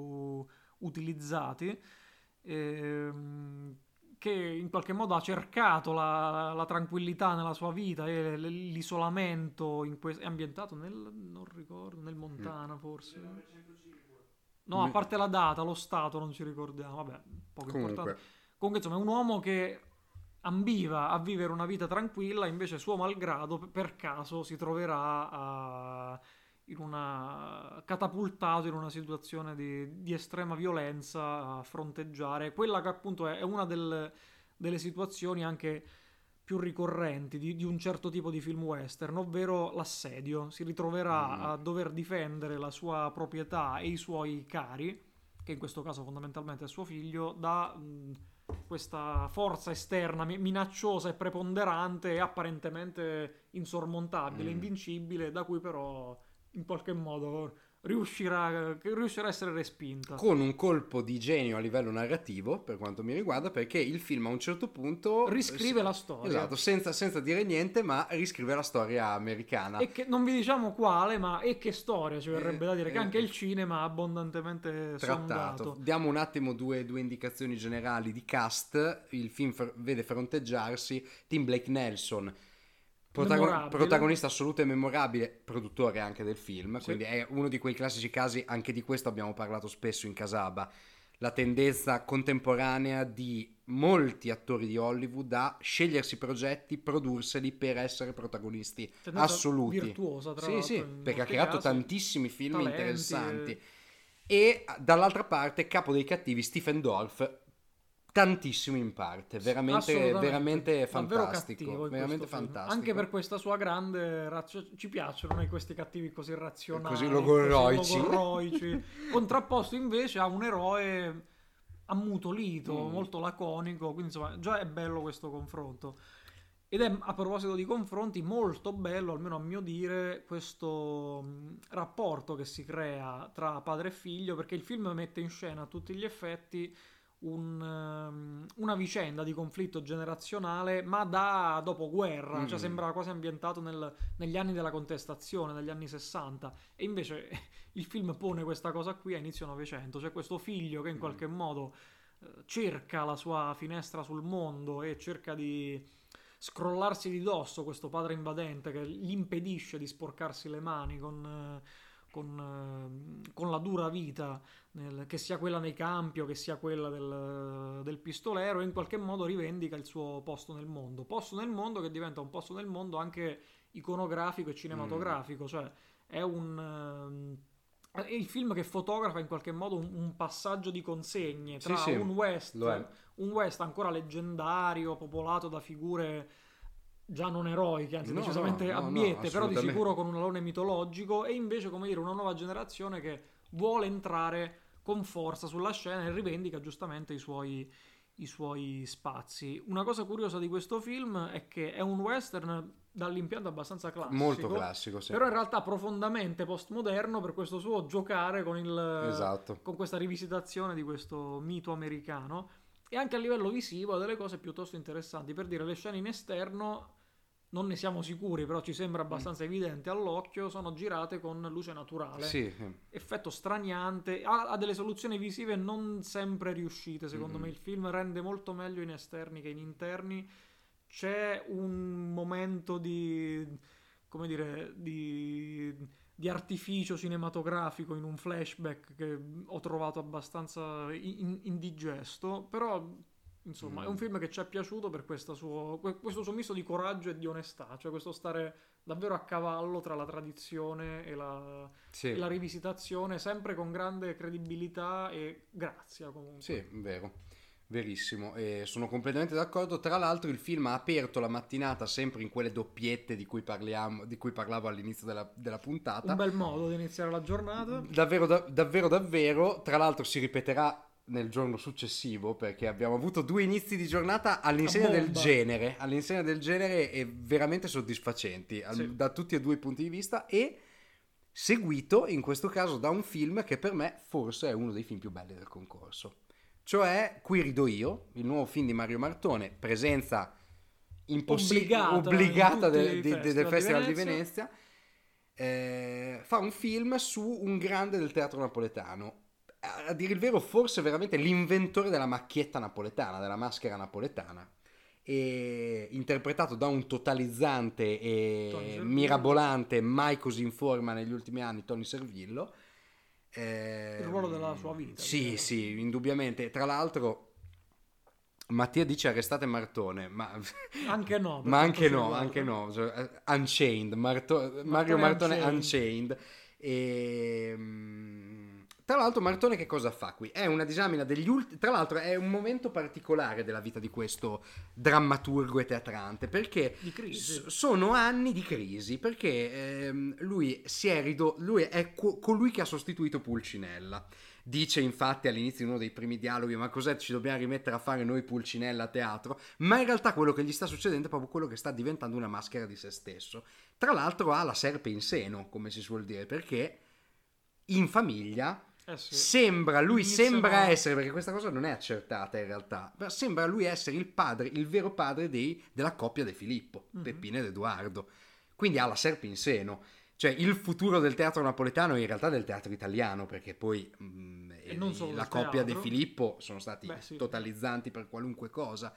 utilizzati, ehm, che in qualche modo ha cercato la, la tranquillità nella sua vita e l- l'isolamento in que- è ambientato nel, non ricordo, nel Montana forse. No, a Mi- parte la data, lo stato non ci ricordiamo, vabbè, poco Comunque, importante. Comunque, insomma, è un uomo che ambiva a vivere una vita tranquilla, invece suo malgrado, p- per caso, si troverà a- in una, catapultato in una situazione di, di estrema violenza a fronteggiare quella che appunto è, è una del- delle situazioni anche più ricorrenti di, di un certo tipo di film western, ovvero l'assedio. Si ritroverà Mm. a dover difendere la sua proprietà e i suoi cari, che in questo caso fondamentalmente è suo figlio, da mh, questa forza esterna mi- minacciosa e preponderante e apparentemente insormontabile, Mm. invincibile, da cui però in qualche modo riuscirà, che riuscirà a essere respinta. con un colpo di genio a livello narrativo, per quanto mi riguarda, perché il film a un certo punto Riscrive la storia. Esatto, senza, senza dire niente, ma riscrive la storia americana. E che non vi diciamo quale, ma e che storia ci verrebbe Eh, da dire, che eh, anche il cinema ha abbondantemente Trattato. sondato. Diamo un attimo due, due indicazioni generali di cast. Il film fr- vede fronteggiarsi Tim Blake Nelson, protagon- Memorabile. protagonista assoluto e memorabile, produttore anche del film, Sì. quindi è uno di quei classici casi, anche di questo abbiamo parlato spesso in Casaba, la tendenza contemporanea di molti attori di Hollywood a scegliersi progetti, produrseli per essere protagonisti Tendenza assoluti. virtuosa, tra Sì, l'altro, sì, in perché ha molti creato casi. tantissimi film Talenti, interessanti. eh. E dall'altra parte, capo dei cattivi, Stephen Dorff, tantissimo in parte, veramente, Assolutamente. veramente Davvero fantastico, cattivo in veramente questo film. fantastico. Anche per questa sua grande razio- ci piacciono noi questi cattivi così razionali, Così logorroici. così logorroici. Contrapposto invece a un eroe ammutolito, Mm. molto laconico, quindi insomma già è bello questo confronto. Ed è, a proposito di confronti, molto bello, almeno a mio dire, questo mh, rapporto che si crea tra padre e figlio, perché il film mette in scena a tutti gli effetti un, ehm, una vicenda di conflitto generazionale, ma da dopoguerra, Mm. cioè sembra quasi ambientato nel- negli anni della contestazione, negli anni sessanta, e invece il film pone questa cosa qui a inizio Novecento, cioè questo figlio che in Mm. qualche modo eh, cerca la sua finestra sul mondo e cerca di scrollarsi di dosso questo padre invadente che gli impedisce di sporcarsi le mani con, eh, con, eh, con la dura vita, nel- che sia quella nei campi o che sia quella del, del pistolero, e in qualche modo rivendica il suo posto nel mondo. Posto nel mondo che diventa un posto nel mondo anche iconografico e cinematografico, cioè è un... ehm, è il film che fotografa in qualche modo un, un passaggio di consegne Sì, tra sì, un West, lo è. un West ancora leggendario, popolato da figure già non eroiche, anzi No, decisamente no, no, no, abbiette, però di assolutamente. sicuro con un alone mitologico, e invece, come dire, una nuova generazione che vuole entrare con forza sulla scena e rivendica giustamente i suoi, i suoi spazi. Una cosa curiosa di questo film è che è un western dall'impianto abbastanza classico, Molto classico, sì. però in realtà profondamente postmoderno per questo suo giocare con, il, Esatto. con questa rivisitazione di questo mito americano, e anche a livello visivo ha delle cose piuttosto interessanti. Per dire, le scene in esterno non ne siamo sicuri, però ci sembra abbastanza evidente all'occhio, sono girate con luce naturale, Sì, sì. effetto straniante, ha, ha delle soluzioni visive non sempre riuscite. Secondo Mm. me il film rende molto meglio in esterni che in interni. C'è un momento di, come dire, di, di artificio cinematografico in un flashback che ho trovato abbastanza in- indigesto, però insomma Mm. è un film che ci è piaciuto per questa suo, que- questo suo misto di coraggio e di onestà, cioè questo stare davvero a cavallo tra la tradizione e la, Sì. e la rivisitazione, sempre con grande credibilità e grazia comunque. Sì, vero, verissimo, e sono completamente d'accordo. Tra l'altro il film ha aperto la mattinata sempre in quelle doppiette di cui parliamo, di cui parlavo all'inizio della, della puntata. Un bel modo di iniziare la giornata. Davvero, da- davvero, davvero. Tra l'altro si ripeterà nel giorno successivo, perché abbiamo avuto due inizi di giornata all'insegna A del bomba. genere, all'insegna del genere e veramente soddisfacenti al- Sì. da tutti e due i punti di vista, e seguito in questo caso da un film che per me forse è uno dei film più belli del concorso, cioè Qui rido io, il nuovo film di Mario Martone, presenza impossi- Obbligata obbligata in tutti de- i de- de- del festival Festival di di Venezia. Venezia. Eh, fa un film su un grande del teatro napoletano, a dire il vero forse veramente l'inventore della macchietta napoletana, della maschera napoletana, e interpretato da un totalizzante Tony e Servillo. mirabolante, mai così in forma negli ultimi anni, Tony Servillo. Eh, Il ruolo della sua vita, Sì, direi. sì, indubbiamente. Tra l'altro Mattia dice arrestate Martone, ma, Anche no. per ma quanto anche ci no, riguarda. anche no. Cioè, eh, Unchained, Marto- Mario Martone Unchained. Unchained. E, mm, tra l'altro Martone che cosa fa qui? È una disamina degli ultimi... Tra l'altro è un momento particolare della vita di questo drammaturgo e teatrante, perché Di crisi. s- sono anni di crisi, perché ehm, lui si è ridotto, lui è co- colui che ha sostituito Pulcinella. Dice infatti all'inizio in uno dei primi dialoghi: ma cos'è, ci dobbiamo rimettere a fare noi Pulcinella a teatro? Ma in realtà quello che gli sta succedendo è proprio quello che sta diventando una maschera di se stesso. Tra l'altro ha la serpe in seno, come si suol dire, perché in famiglia Eh sì. sembra, lui Iniziano- sembra essere, perché questa cosa non è accertata in realtà, ma sembra lui essere il padre, il vero padre dei, della coppia De Filippo, Mhm. Peppino ed Edoardo. Quindi ha la serpe in seno. Cioè il futuro del teatro napoletano è in realtà del teatro italiano, perché poi mh, E non solo la del coppia De teatro. Filippo sono stati Beh, sì. totalizzanti per qualunque cosa.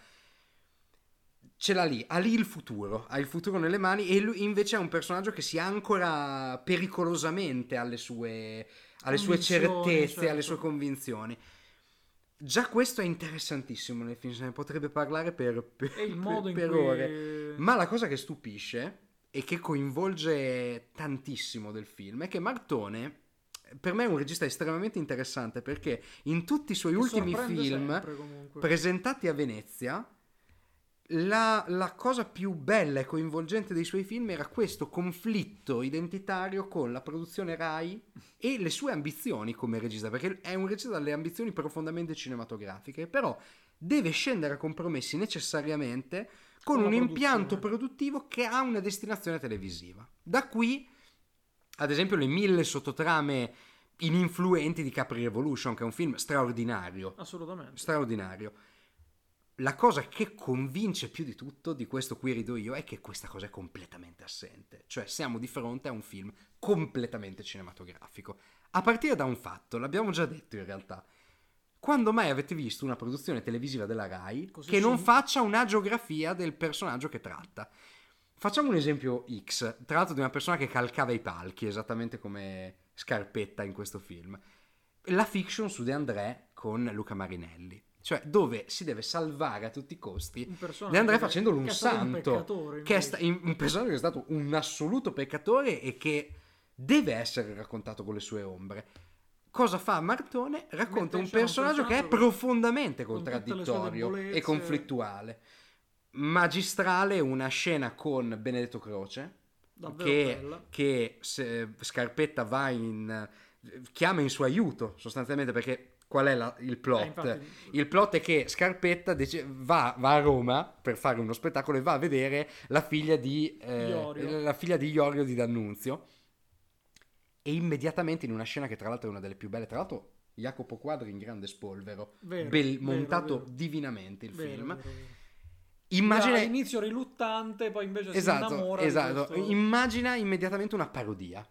Ce l'ha lì, ha lì il futuro, ha il futuro nelle mani, e lui invece è un personaggio che si ancora pericolosamente alle sue, alle sue Convinzioni, certezze, certo. alle sue convinzioni. Già questo è interessantissimo nel film, se ne potrebbe parlare per, per, E il modo in per cui... ore. Ma la cosa che stupisce e che coinvolge tantissimo del film è che Martone, per me è un regista estremamente interessante, perché in tutti i suoi Che ultimi sorprende film sempre, comunque. presentati a Venezia, la, la cosa più bella e coinvolgente dei suoi film era questo conflitto identitario con la produzione Rai e le sue ambizioni come regista, perché è un regista dalle ambizioni profondamente cinematografiche, però deve scendere a compromessi necessariamente con, Con la un impianto produzione. produttivo che ha una destinazione televisiva. Da qui, ad esempio, le mille sottotrame ininfluenti di Capri Revolution, che è un film straordinario, Assolutamente. straordinario. La cosa che convince più di tutto, di questo qui rido io, è che questa cosa è completamente assente. Cioè siamo di fronte a un film completamente cinematografico. A partire da un fatto, l'abbiamo già detto in realtà. Quando mai avete visto una produzione televisiva della Rai Così che non sì. faccia un'agiografia del personaggio che tratta? Facciamo un esempio X, tra l'altro di una persona che calcava i palchi, esattamente come Scarpetta in questo film. La fiction su De André con Luca Marinelli. Cioè, dove si deve salvare a tutti i costi Un personaggio De André che- facendolo un che è stato un santo, peccatore, che è invece. sta- in- un personaggio che è stato un assoluto peccatore e che deve essere raccontato con le sue ombre. Cosa fa Martone? Racconta Mette in un scena un personaggio che è personaggio con- profondamente con tutte le sue contraddittorio e debolezze. conflittuale. Magistrale una scena con Benedetto Croce, Davvero che, bella. che se Scarpetta va in chiama in suo aiuto sostanzialmente, perché qual è la- il plot? Eh, infatti- Il plot è che Scarpetta dece- va, va a Roma per fare uno spettacolo e va a vedere la figlia di eh, Iorio. la figlia di Iorio di D'Annunzio, e immediatamente in una scena che tra l'altro è una delle più belle, tra l'altro Jacopo Quadri in grande spolvero, Vero, bel- vero, montato vero. divinamente il Vero, film. vero, vero. Immagina All'inizio riluttante, poi invece si esatto, innamora esatto. di questo... Immagina immediatamente una parodia.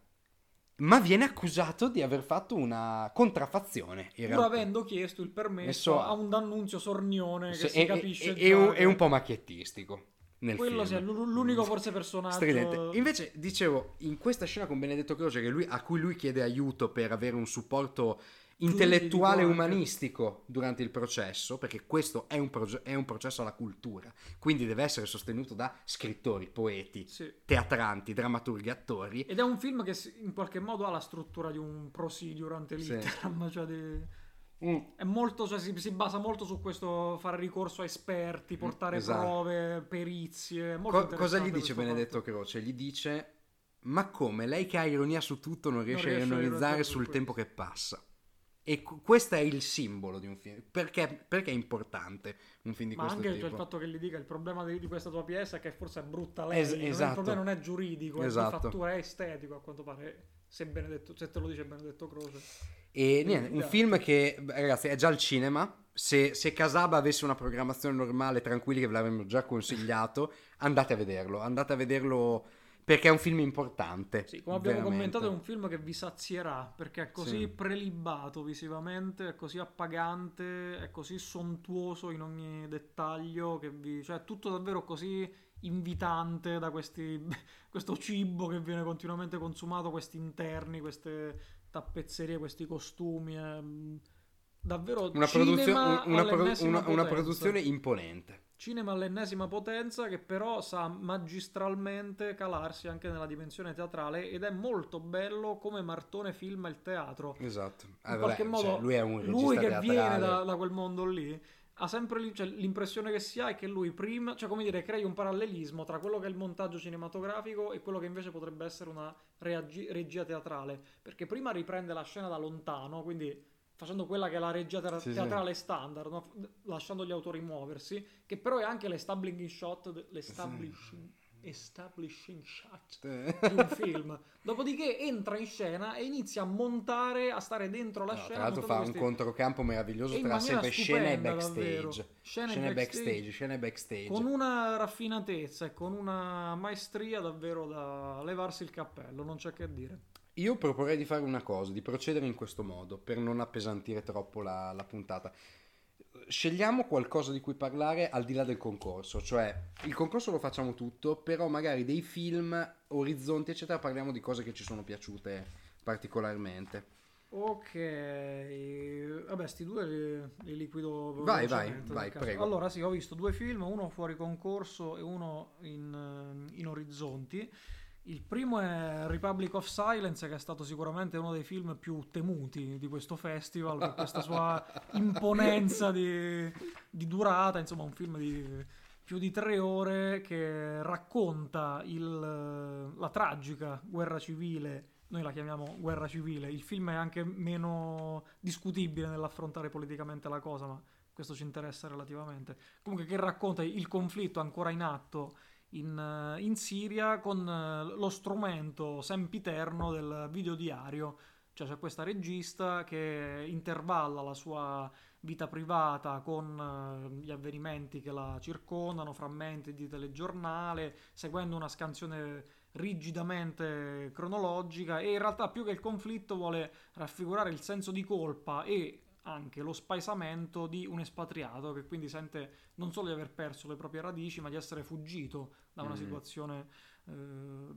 Ma viene accusato di aver fatto una contraffazione. In Pur realtà. avendo chiesto il permesso Messo a- a un D'Annunzio sornione Se- che si è, capisce è- già è un, che- è un po' macchiettistico nel quello film. sia l'u- l'unico forse personaggio Stridente. Invece, dicevo, in questa scena con Benedetto Croce, che lui, a cui lui chiede aiuto per avere un supporto intellettuale e Giuridico anche. umanistico durante il processo, perché questo è un, proge- è un processo alla cultura, quindi deve essere sostenuto da scrittori, poeti, Sì. teatranti, drammaturghi, attori. Ed è un film che si- in qualche modo ha la struttura di un procedure ante Sì. litteram, cioè di- Mm. è molto, cioè si, si basa molto su questo fare ricorso a esperti, portare esatto. prove, perizie. Molto Co- cosa gli interessante dice questo Benedetto fatto. Croce? Gli dice: ma come lei che ha ironia su tutto non riesce, riesce a a ironizzare ironizzare su sul questo. tempo che passa? E cu- questo è il simbolo di un film. Perché, perché è importante un film di Ma questo anche cioè, tipo? il fatto che gli dica il problema di, di questa tua pièce è che forse è brutta lei, Es- non è- esatto. il problema non è giuridico, è Esatto. di fattura, è estetico a quanto pare, se, Benedetto, se te lo dice Benedetto Croce. E niente, un Fidati. film che, beh, ragazzi, è già al cinema. Se, se Casaba avesse una programmazione normale, tranquilli, che ve l'avremmo già consigliato, andate a vederlo. Andate a vederlo perché è un film importante. Sì, come abbiamo veramente. commentato, è un film che vi sazierà perché è così Sì. prelibato visivamente, è così appagante, è così sontuoso in ogni dettaglio, che vi, cioè è tutto davvero così invitante da questi, questo cibo che viene continuamente consumato, questi interni, queste tappezzerie, questi costumi. È, mm, davvero Una, produzio- cinema una, pro- all'ennesima una- una potenza. produzione imponente. Cinema all'ennesima potenza che però sa magistralmente calarsi anche nella dimensione teatrale ed è molto bello come Martone filma il teatro. Esatto. In Eh, vabbè, qualche modo cioè, lui è un regista lui che teatrale. viene da, da quel mondo lì ha sempre lì- cioè, l'impressione che si ha è che lui prima, cioè come dire, crei un parallelismo tra quello che è il montaggio cinematografico e quello che invece potrebbe essere una reagi- regia teatrale, perché prima riprende la scena da lontano, quindi facendo quella che è la regia teatra- Sì, sì. teatrale standard, no? Lasciando gli autori muoversi, che però è anche l'establishing shot, l'establishing establishing shot di un film. Dopodiché entra in scena e inizia a montare, a stare dentro la No, scena. tra l'altro fa montando un questi- controcampo meraviglioso E in tra maniera sempre scena e stupenda, davvero. backstage. Scena e Scena e backstage. backstage, scena e backstage. con una raffinatezza e con una maestria davvero da levarsi il cappello, non c'è che dire. Io proporrei di fare una cosa, di procedere in questo modo, per non appesantire troppo la, la puntata. Scegliamo qualcosa di cui parlare al di là del concorso, cioè il concorso lo facciamo tutto, però magari dei film, orizzonti eccetera, parliamo di cose che ci sono piaciute particolarmente. Ok, vabbè, sti due li, li liquido Vai, vai, velocemente, vai, nel caso. prego. Allora, sì, ho visto due film, uno fuori concorso e uno in, eh, in orizzonti, Il primo è Republic of Silence, che è stato sicuramente uno dei film più temuti di questo festival per questa sua imponenza di, di durata, insomma un film di più di tre ore che racconta il, la tragica guerra civile, noi la chiamiamo guerra civile, il film è anche meno discutibile nell'affrontare politicamente la cosa, ma questo ci interessa relativamente, comunque che racconta il conflitto ancora in atto In, in Siria con lo strumento sempiterno del videodiario, cioè c'è questa regista che intervalla la sua vita privata con gli avvenimenti che la circondano, frammenti di telegiornale, seguendo una scansione rigidamente cronologica, e in realtà più che il conflitto vuole raffigurare il senso di colpa e anche lo spaesamento di un espatriato che quindi sente non solo di aver perso le proprie radici, ma di essere fuggito da una mm. situazione eh,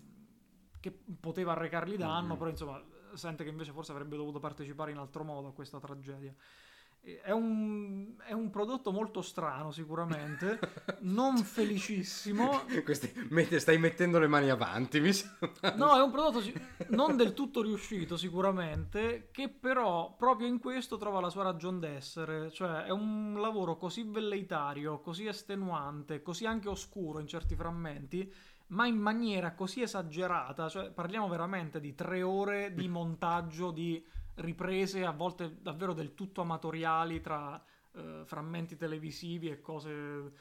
che poteva arrecargli danno, mm. però insomma sente che invece forse avrebbe dovuto partecipare in altro modo a questa tragedia. È un, è un prodotto molto strano sicuramente, non felicissimo. Questi, stai mettendo le mani avanti, mi sembra. No, è un prodotto non del tutto riuscito sicuramente, che però proprio in questo trova la sua ragion d'essere. Cioè è un lavoro così velleitario, così estenuante, così anche oscuro in certi frammenti, ma in maniera così esagerata. Cioè parliamo veramente di tre ore di montaggio, di riprese a volte davvero del tutto amatoriali tra eh, frammenti televisivi e cose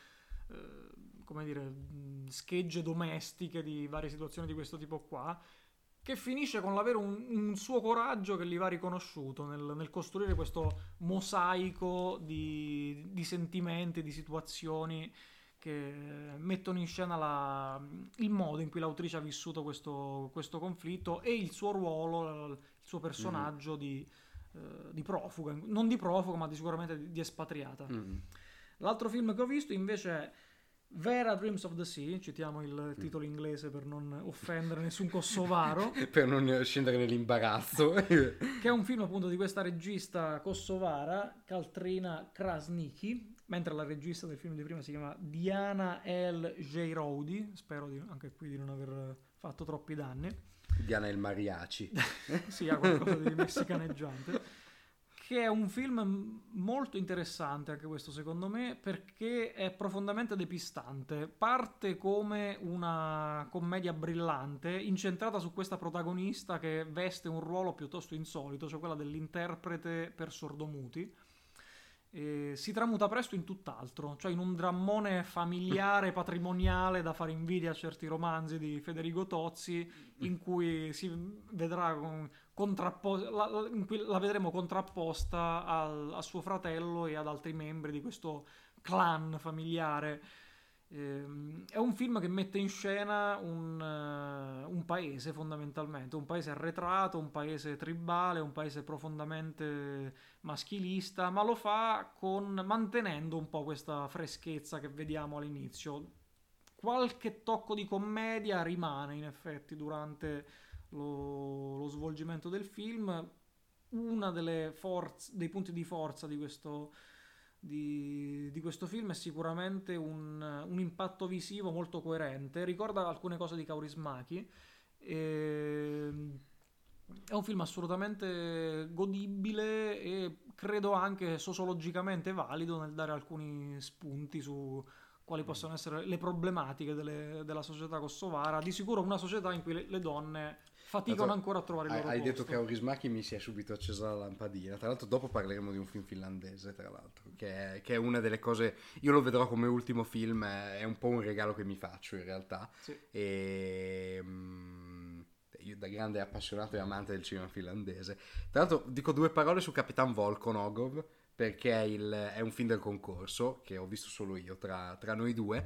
eh, come dire schegge domestiche di varie situazioni di questo tipo qua, che finisce con l'avere un, un suo coraggio che gli va riconosciuto nel, nel costruire questo mosaico di, di sentimenti, di situazioni che mettono in scena la, il modo in cui l'autrice ha vissuto questo, questo conflitto e il suo ruolo, il suo personaggio mm-hmm. di, eh, di profuga, non di profuga ma di, sicuramente di, di espatriata. Mm-hmm. L'altro film che ho visto invece è Vera Dreams of the Sea, citiamo il titolo inglese per non offendere nessun kosovaro, per non scendere nell'imbarazzo, che è un film appunto di questa regista kosovara Kaltrina Krasniqi, mentre la regista del film di prima si chiama Diana El Jeyroudi, spero di, anche qui di non aver fatto troppi danni. Diana El Mariachi. Sì, ha qualcosa di messicaneggiante. Che è un film molto interessante anche questo secondo me, perché è profondamente depistante. Parte come una commedia brillante incentrata su questa protagonista che veste un ruolo piuttosto insolito, cioè quella dell'interprete per sordomuti. E si tramuta presto in tutt'altro, cioè in un drammone familiare, patrimoniale da fare invidia a certi romanzi di Federico Tozzi, in cui si vedrà con, contrappo- la, in cui la vedremo contrapposta al, a suo fratello e ad altri membri di questo clan familiare. Ehm, è un film che mette in scena un, uh, un paese fondamentalmente, un paese arretrato, un paese tribale, un paese profondamente maschilista, ma lo fa con, mantenendo un po' questa freschezza che vediamo all'inizio. Qualche tocco di commedia rimane in effetti durante lo, lo svolgimento del film. Una delle forze, dei punti di forza di questo Di, di questo film è sicuramente un, un impatto visivo molto coerente, ricorda alcune cose di Kaurismäki, e, è un film assolutamente godibile e credo anche sociologicamente valido nel dare alcuni spunti su quali possono essere le problematiche delle, della società kosovara, di sicuro una società in cui le, le donne faticano ancora a trovare il loro hai posto. Hai detto Kaurismäki, mi si è subito accesa la lampadina. Tra l'altro dopo parleremo di un film finlandese, tra l'altro, che è, che è una delle cose, io lo vedrò come ultimo film, è un po' un regalo che mi faccio in realtà. Sì. E um, io da grande appassionato e amante del cinema finlandese. Tra l'altro dico due parole su Capitan Volkonogov, perché è, il, è un film del concorso che ho visto solo io tra, tra noi due,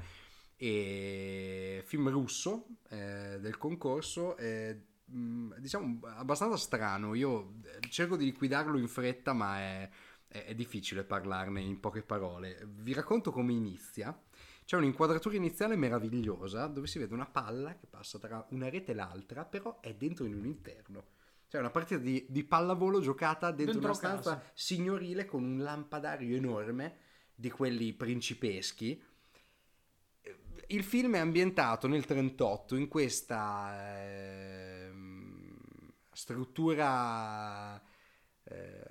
e film russo eh, del concorso, eh, diciamo abbastanza strano. Io cerco di liquidarlo in fretta, ma è, è, è difficile parlarne in poche parole. Vi racconto come inizia. C'è un'inquadratura iniziale meravigliosa dove si vede una palla che passa tra una rete e l'altra, però è dentro in un interno. Cioè una partita di, di pallavolo giocata dentro, dentro una stanza casa. signorile con un lampadario enorme di quelli principeschi. il film è ambientato nel trentotto in questa eh, struttura eh,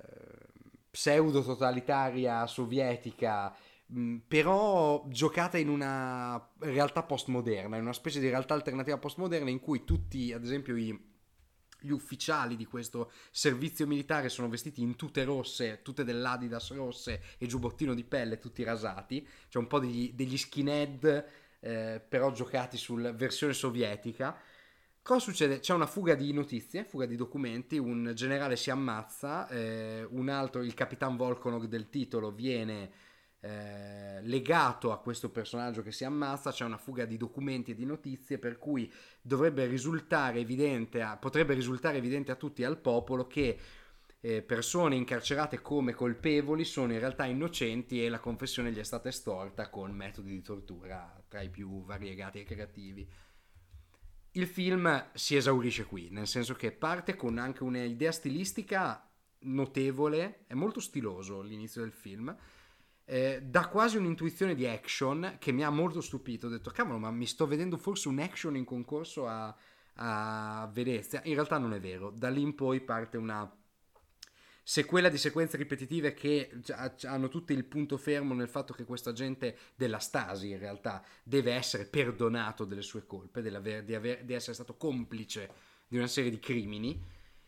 pseudo-totalitaria sovietica, mh, però giocata in una realtà postmoderna, in una specie di realtà alternativa postmoderna in cui tutti, ad esempio, i gli ufficiali di questo servizio militare sono vestiti in tute rosse, tutte dell'Adidas rosse e giubbottino di pelle, tutti rasati. C'è un po' degli, degli skinhead, eh, però giocati sulla versione sovietica. Cosa succede? C'è una fuga di notizie, fuga di documenti, un generale si ammazza, eh, un altro, il Capitan Volkonov del titolo, viene eh, legato a questo personaggio che si ammazza, c'è una fuga di documenti e di notizie, per cui dovrebbe risultare evidente, a, potrebbe risultare evidente a tutti e al popolo che eh, persone incarcerate come colpevoli sono in realtà innocenti e la confessione gli è stata estorta con metodi di tortura tra i più variegati e creativi. Il film si esaurisce qui, nel senso che parte con anche un'idea stilistica notevole, è molto stiloso l'inizio del film, eh, dà quasi un'intuizione di action che mi ha molto stupito. Ho detto, cavolo, ma mi sto vedendo forse un action in concorso a, a Venezia. In realtà non è vero, da lì in poi parte una sequela di sequenze ripetitive che hanno tutte il punto fermo nel fatto che questo agente della Stasi in realtà deve essere perdonato delle sue colpe, dell'aver, di, aver, di essere stato complice di una serie di crimini.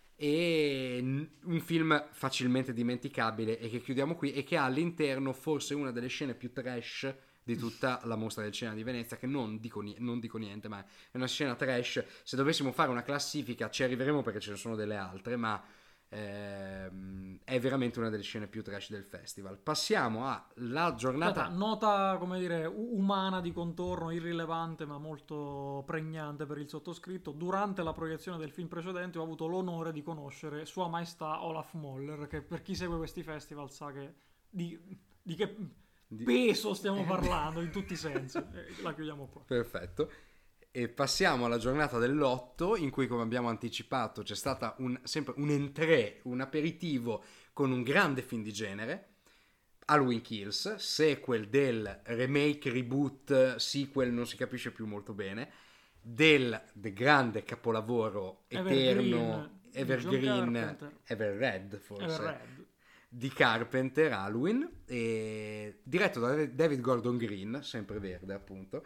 E un film facilmente dimenticabile e che chiudiamo qui, e che ha all'interno forse una delle scene più trash di tutta la mostra del cinema di Venezia, che non dico, non dico niente, ma è una scena trash. Se dovessimo fare una classifica ci arriveremo perché ce ne sono delle altre, ma ehm, è veramente una delle scene più trash del festival. Passiamo alla giornata. Aspetta, nota, come dire, umana di contorno, irrilevante ma molto pregnante per il sottoscritto. Durante la proiezione del film precedente ho avuto l'onore di conoscere Sua Maestà Olaf Moller, che per chi segue questi festival sa che di, di che peso stiamo parlando in tutti i sensi. La chiudiamo qua. Perfetto. E passiamo alla giornata dell'otto, in cui, come abbiamo anticipato, c'è stata un, sempre un entrée, un aperitivo con un grande film di genere, Halloween Kills, sequel del remake, reboot, sequel, non si capisce più molto bene, del, del grande capolavoro eterno, evergreen, evergreen Ever Red forse, Ever Red. Di Carpenter, Halloween, e diretto da David Gordon Green, sempre verde appunto,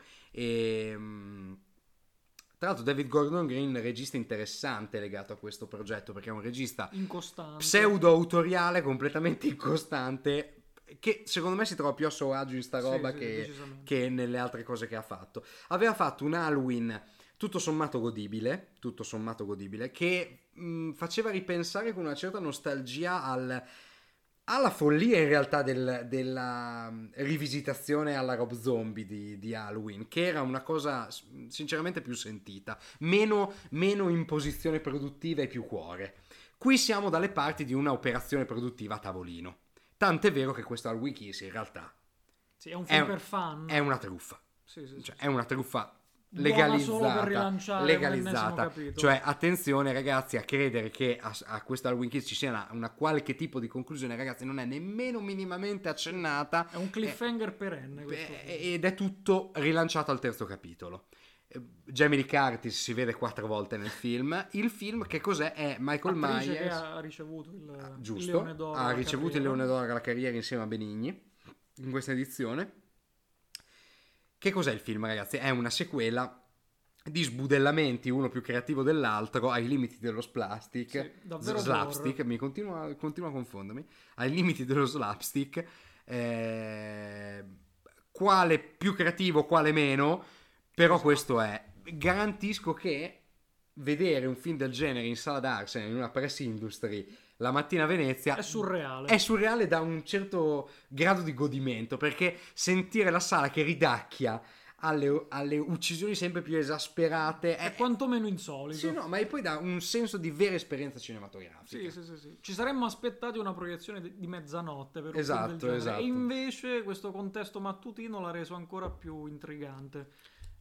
e tra l'altro David Gordon Green, regista interessante legato a questo progetto, perché è un regista incostante, pseudo-autoriale, completamente incostante, che secondo me si trova più a suo agio in sta roba sì, che, sì, che nelle altre cose che ha fatto. Aveva fatto un Halloween tutto sommato godibile, tutto sommato godibile, che mh, faceva ripensare con una certa nostalgia al... alla follia in realtà del, della rivisitazione alla Rob Zombie di, di Halloween, che era una cosa sinceramente più sentita, meno, meno imposizione produttiva e più cuore. Qui siamo dalle parti di una operazione produttiva a tavolino, tant'è vero che questo Halloween Kills in realtà sì, è un film è, per fan, è una truffa, sì, sì, cioè, sì. è una truffa legalizzata, legalizzata. Cioè attenzione ragazzi a credere che a, a questo Halloween Kills ci sia una, una qualche tipo di conclusione, ragazzi, non è nemmeno minimamente accennata, è un cliffhanger eh, perenne questo eh, ed è tutto rilanciato al terzo capitolo. Jamie Lee Curtis si vede quattro volte nel film. Il film che cos'è? È Michael Attrice Myers, che ha ricevuto il, giusto, il Leone d'Oro ha ricevuto carriera. il Leone d'Oro alla carriera insieme a Benigni in questa edizione. Che cos'è il film, ragazzi? È una sequela di sbudellamenti, uno più creativo dell'altro, ai limiti dello splastic, sì, davvero slapstick, mi continua, continua a confondermi, ai limiti dello slapstick, eh, quale più creativo, quale meno, però esatto. Questo è. Garantisco che vedere un film del genere in sala d'Arsenal, in una press industry, la mattina a Venezia è surreale. È surreale da un certo grado di godimento, perché sentire la sala che ridacchia alle, alle uccisioni sempre più esasperate è, è quantomeno insolito. Sì, no, ma poi dà un senso di vera esperienza cinematografica. Sì, sì, sì, sì. Ci saremmo aspettati una proiezione di, di mezzanotte per un esatto, film del genere, esatto. e invece questo contesto mattutino l'ha reso ancora più intrigante.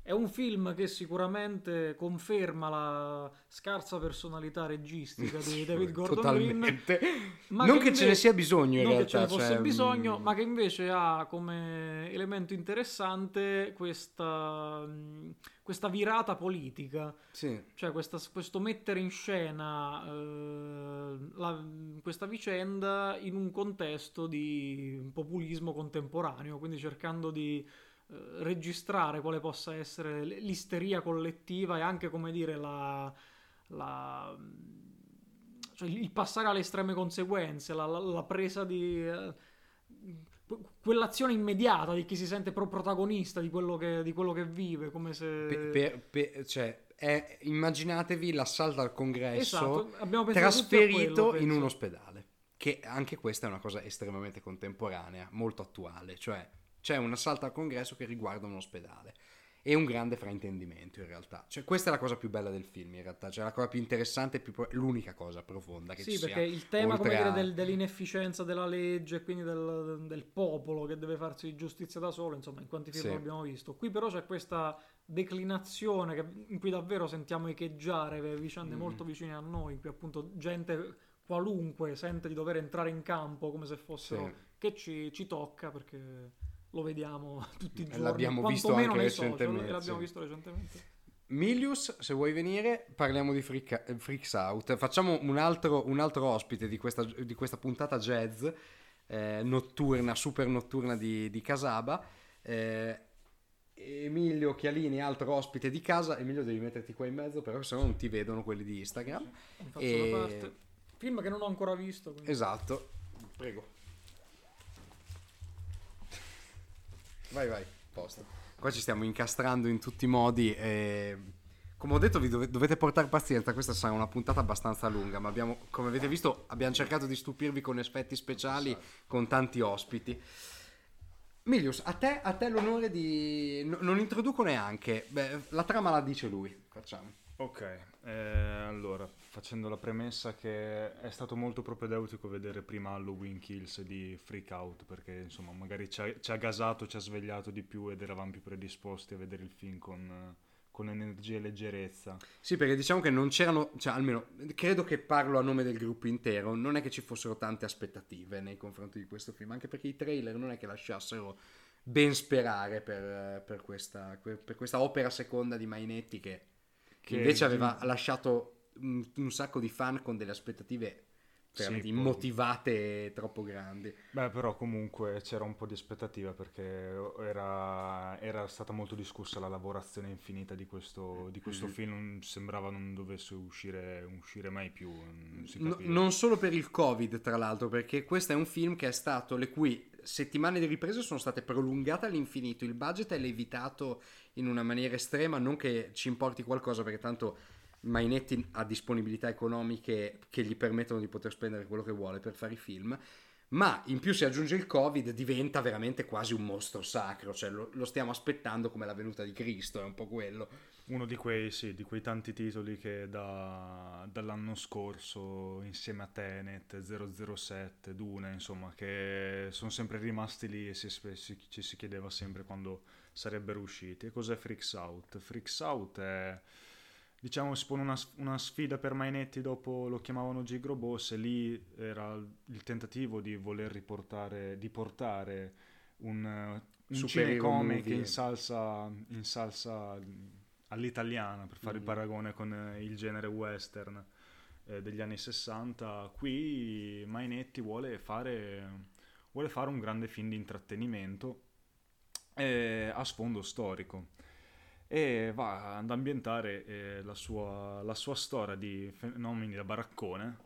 È un film che sicuramente conferma la scarsa personalità registica di David Gordon Green. Totalmente. Ma Non che che ce ne invece- sia bisogno in non realtà. che ce ne fosse cioè, bisogno, mm, ma che invece ha come elemento interessante questa, mh, questa virata politica. Sì. Cioè questa- questo mettere in scena eh, la- questa vicenda in un contesto di populismo contemporaneo, quindi cercando di eh, registrare quale possa essere l- l'isteria collettiva e anche, come dire, la, la- cioè il il passare alle estreme conseguenze, la, la- la presa di... eh, que- quell'azione immediata di chi si sente pro protagonista di quello che, di quello che vive, come se... Per- per- per- cioè, è- immaginatevi l'assalto al congresso Esatto, abbiamo pensato tutti a trasferito quello, in penso. un ospedale. Che anche questa è una cosa estremamente contemporanea, molto attuale. Cioè, c'è un assalto al congresso che riguarda un ospedale. E un grande fraintendimento in realtà. Cioè, questa è la cosa più bella del film in realtà. Cioè, la cosa più interessante, più pro- l'unica cosa profonda che Sì, ci perché sia. il tema, come oltre dire, a- del- dell'inefficienza della legge e quindi del, del popolo che deve farsi giustizia da solo, insomma, in quanti film Sì. l'abbiamo visto. Qui però c'è questa declinazione che- in cui davvero sentiamo echeggiare le vicende Mm. molto vicine a noi, in cui appunto gente qualunque sente di dover entrare in campo come se fossero... Sì. che ci, ci tocca perché lo vediamo tutti i E giorni, l'abbiamo visto quantomeno anche nei social, recentemente, e l'abbiamo sì. visto recentemente. Milius, se vuoi venire, parliamo di Freak, eh, Freaks Out. Facciamo un altro, un altro ospite di questa, di questa puntata jazz eh, notturna, super notturna di, di Casaba. Eh, Emilio Chialini, altro ospite di casa. Emilio, devi metterti qua in mezzo, però se no non ti vedono quelli di Instagram. Mi faccio E- una parte. Film che non ho ancora visto. quindi- Esatto. Prego. Vai, vai, posto. Qua ci stiamo incastrando in tutti i modi. E... Come ho detto, vi dove- dovete portare pazienza. Questa sarà una puntata abbastanza lunga. Ma abbiamo, come avete visto, abbiamo cercato di stupirvi con effetti speciali, con tanti ospiti. Milius, a te, a te l'onore di. no- non introduco neanche. Beh, la trama la dice lui. Facciamo. Ok, eh, allora, facendo la premessa che è stato molto propedeutico vedere prima Halloween Kills di Freak Out, perché insomma magari ci ha, ci ha gasato, ci ha svegliato di più ed eravamo più predisposti a vedere il film con, eh, con energia e leggerezza. Sì, perché diciamo che non c'erano, cioè almeno credo che parlo a nome del gruppo intero, non è che ci fossero tante aspettative nei confronti di questo film, anche perché i trailer non è che lasciassero ben sperare per, per questa, per questa opera seconda di Mainetti che, che Che- invece aveva lasciato un, un sacco di fan con delle aspettative veramente Sì, poi- immotivate e troppo grandi. Beh, però comunque c'era un po' di aspettativa perché era, era stata molto discussa la lavorazione infinita di questo, di questo Mhm. film, sembrava non dovesse uscire, uscire mai più, non si No- capiva. non solo per il Covid, tra l'altro, perché questo è un film che è stato le cui settimane di riprese sono state prolungate all'infinito. Il budget è lievitato in una maniera estrema, non che ci importi qualcosa, perché tanto Mainetti ha disponibilità economiche che gli permettono di poter spendere quello che vuole per fare i film. Ma in più si aggiunge il Covid, diventa veramente quasi un mostro sacro, cioè lo, lo stiamo aspettando come la venuta di Cristo, è un po' quello. Uno di quei, sì, di quei tanti titoli che da, dall'anno scorso, insieme a Tenet, zero zero sette, Dune, insomma, che sono sempre rimasti lì e si, si- ci si chiedeva sempre quando sarebbero usciti. E cos'è Freaks Out? Freaks Out è, diciamo, si pone una, una sfida per Mainetti, dopo lo chiamavano Gigro Boss, e lì era il tentativo di voler riportare, di portare un, un Superhero cinecomic movie. in salsa, in salsa all'italiana, per fare il Mhm. paragone con eh, il genere western eh, degli anni sessanta. Qui Mainetti vuole fare, vuole fare un grande film di intrattenimento eh, a sfondo storico e va ad ambientare eh, la sua, la sua storia di fenomeni da baraccone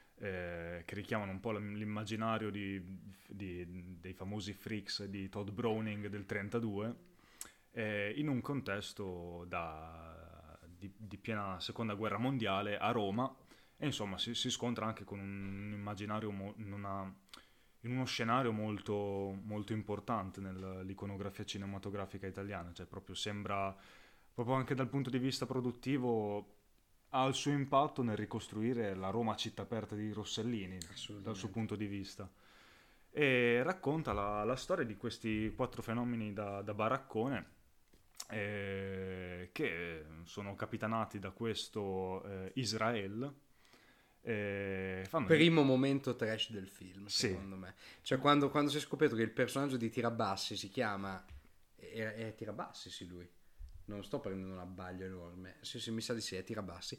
eh, che richiamano un po' l'immaginario di, di- dei famosi freaks di Todd Browning del trentadue, eh, in un contesto da- di, di piena seconda guerra mondiale a Roma, e insomma si, si scontra anche con un immaginario, mo- in, una- in uno scenario molto, molto importante nell'iconografia cinematografica italiana, cioè proprio sembra, proprio anche dal punto di vista produttivo, ha il suo impatto nel ricostruire la Roma città aperta di Rossellini, dal suo punto di vista. E racconta la, la storia di questi quattro fenomeni da, da baraccone eh, che sono capitanati da questo eh, Israel. Eh, fanno Primo momento trash del film, Sì. secondo me. Cioè, quando, quando si è scoperto che il personaggio di Tirabassi si chiama... È, è Tirabassi, sì, lui. Non sto prendendo un abbaglio enorme. Sì, sì, mi sa di sì, è Tirabassi.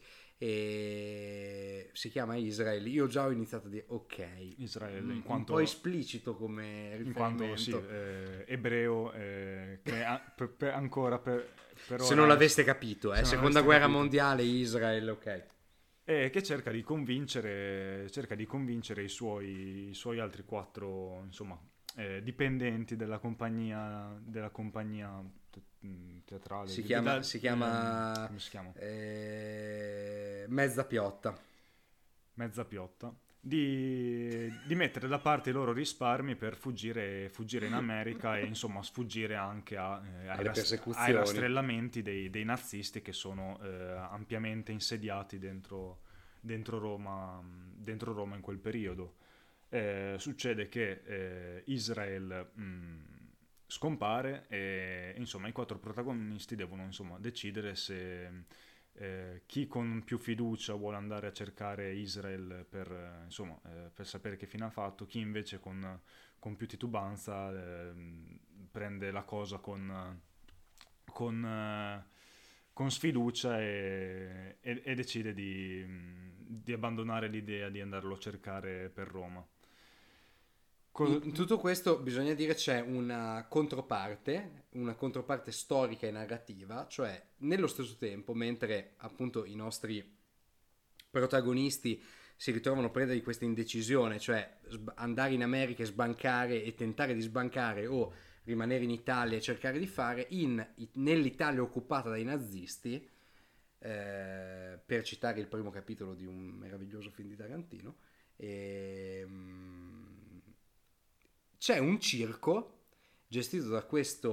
E si chiama Israel. Io già ho iniziato a dire, ok. Israel, un, in quanto, un po' esplicito come in quanto sì, riferimento. eh, ebreo, eh, che a- per- per- ancora per, per Se ora non è- l'aveste capito, eh. se non Seconda l'aveste guerra capito. mondiale, Israel, ok. E che cerca di convincere, cerca di convincere i suoi, i suoi altri quattro, insomma, eh, dipendenti della compagnia, della compagnia te- teatrale. Si di- chiama, da- si ehm, chiama, come si chiama? eh, Mezza Piotta. Mezza Piotta. Di, di mettere da parte i loro risparmi per fuggire, fuggire in America e insomma sfuggire anche a, eh, ai, Alle ras- persecuzioni. ai rastrellamenti dei, dei nazisti che sono eh, ampiamente insediati dentro, dentro Roma, dentro Roma in quel periodo. Eh, succede che eh, Israel mh, scompare e insomma i quattro protagonisti devono insomma decidere se eh, chi con più fiducia vuole andare a cercare Israel per, eh, insomma, eh, per sapere che fine ha fatto, chi invece con, con più titubanza eh, prende la cosa con, con, eh, con sfiducia e, e- e decide di, di abbandonare l'idea di andarlo a cercare per Roma. Co- In tutto questo bisogna dire c'è una controparte, una controparte storica e narrativa, cioè nello stesso tempo, mentre appunto i nostri protagonisti si ritrovano preda di questa indecisione, cioè sb- andare in America e sbancare e tentare di sbancare o rimanere in Italia e cercare di fare, in, nell'Italia occupata dai nazisti, eh, per citare il primo capitolo di un meraviglioso film di Tarantino, ehm, c'è un circo gestito da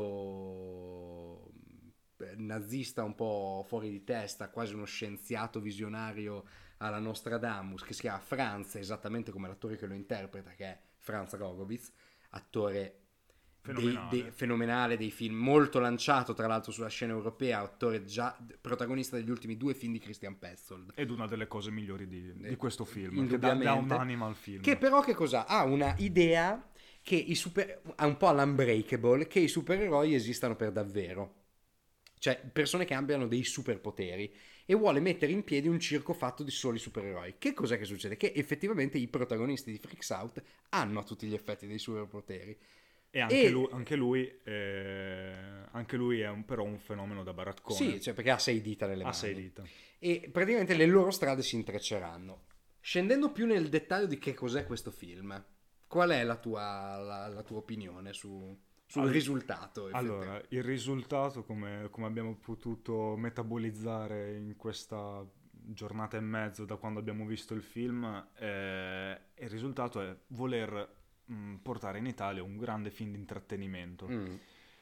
questo nazista un po' fuori di testa, quasi uno scienziato visionario alla Nostradamus, che si chiama Franz, esattamente come l'attore che lo interpreta, che è Franz Rogowitz, attore Fenomenale. Dei, dei, fenomenale dei film, molto lanciato tra l'altro sulla scena europea, attore già protagonista degli ultimi due film di Christian Petzold. Ed una delle cose migliori di, di Eh, questo film, che dà, indubbiamente. dà un'anima al film. Che però che cosa? Ha una idea che i super, ha un po' all'Unbreakable, che i supereroi esistano per davvero, cioè persone che abbiano dei superpoteri, e vuole mettere in piedi un circo fatto di soli supereroi. Che cos'è che succede? Che effettivamente i protagonisti di Freaks Out hanno a tutti gli effetti dei superpoteri. E anche E- lui, anche lui, eh, anche lui è un, però un fenomeno da baraccone. Sì, cioè perché ha sei dita nelle Ha mani. sei dita. E praticamente le loro strade si intrecceranno. Scendendo più nel dettaglio di che cos'è questo film, qual è la tua, la, la tua opinione su, sul All- risultato? Allora, il risultato, come, come abbiamo potuto metabolizzare in questa giornata e mezzo da quando abbiamo visto il film, eh, il risultato è voler mh, portare in Italia un grande film di intrattenimento. Mm.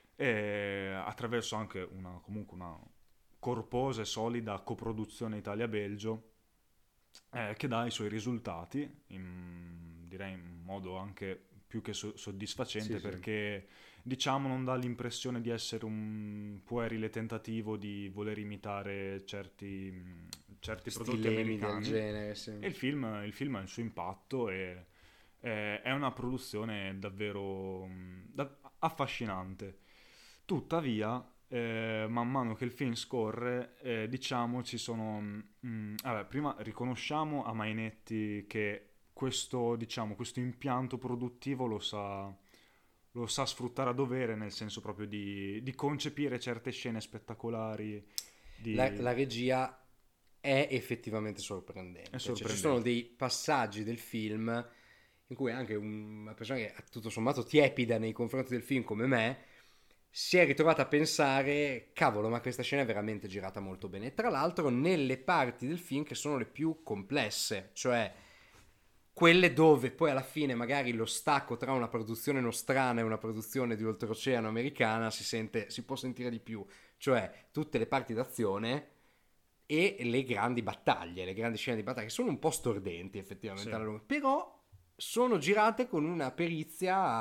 E attraverso anche una, comunque una corposa e solida coproduzione Italia-Belgio, eh, che dà i suoi risultati, in- direi in modo anche più che so- soddisfacente, Sì, sì. perché diciamo non dà l'impressione di essere un puerile tentativo di voler imitare certi, mh, certi prodotti Stilemi del americani. genere, sì. E il film, il film ha il suo impatto e e- è una produzione davvero mh, da- affascinante. Tuttavia, eh, man mano che il film scorre, eh, diciamo ci sono... mh, vabbè, prima riconosciamo a Mainetti che questo, diciamo, questo impianto produttivo lo sa, lo sa sfruttare a dovere, nel senso proprio di, di concepire certe scene spettacolari. Di... La, la regia è effettivamente sorprendente. È Cioè, sorprendente. ci sono dei passaggi del film in cui anche una persona che è tutto sommato tiepida nei confronti del film come me si è ritrovata a pensare, cavolo, ma questa scena è veramente girata molto bene. Tra l'altro nelle parti del film che sono le più complesse, cioè quelle dove poi alla fine magari lo stacco tra una produzione nostrana e una produzione di oltreoceano americana si sente, si può sentire di più, cioè tutte le parti d'azione e le grandi battaglie, le grandi scene di battaglia che sono un po' stordenti effettivamente Sì. alla lunga, però sono girate con una perizia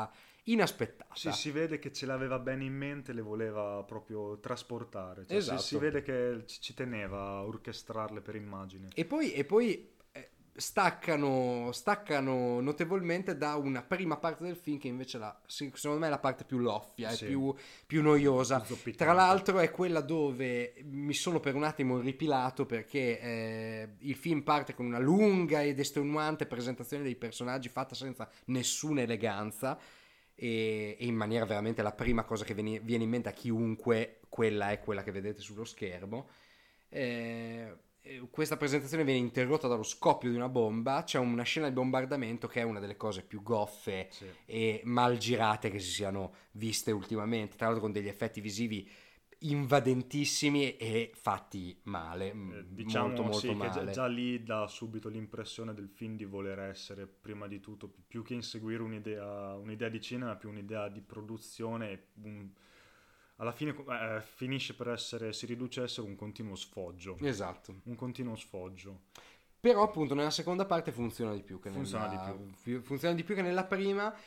inaspettata. Sì, si vede che ce l'aveva bene in mente, le voleva proprio trasportare. Cioè, Esatto. si, si vede che ci, ci teneva a orchestrarle per immagine. E poi, e poi eh, staccano, staccano notevolmente da una prima parte del film che invece la, sì, secondo me è la parte più loffia, Sì. è più, più noiosa. Più zoppicante. Tra l'altro è quella dove mi sono per un attimo ripilato perché eh, il film parte con una lunga ed estenuante presentazione dei personaggi fatta senza nessuna eleganza e, e in maniera veramente la prima cosa che viene, viene in mente a chiunque, quella è quella che vedete sullo schermo. Eh, questa presentazione viene interrotta dallo scoppio di una bomba, c'è una scena di bombardamento che è una delle cose più goffe Sì. e mal girate che si siano viste ultimamente, tra l'altro con degli effetti visivi invadentissimi e fatti male, Eh, diciamo molto molto sì, male. che già, già lì dà subito l'impressione del film di voler essere, prima di tutto, pi- più che inseguire un'idea, un'idea di cinema, più un'idea di produzione. un- alla fine eh, finisce per essere, si riduce a essere un continuo sfoggio. Esatto. Un continuo sfoggio. Però appunto nella seconda parte funziona di più che Funziona nella, di fi- funziona di più che nella prima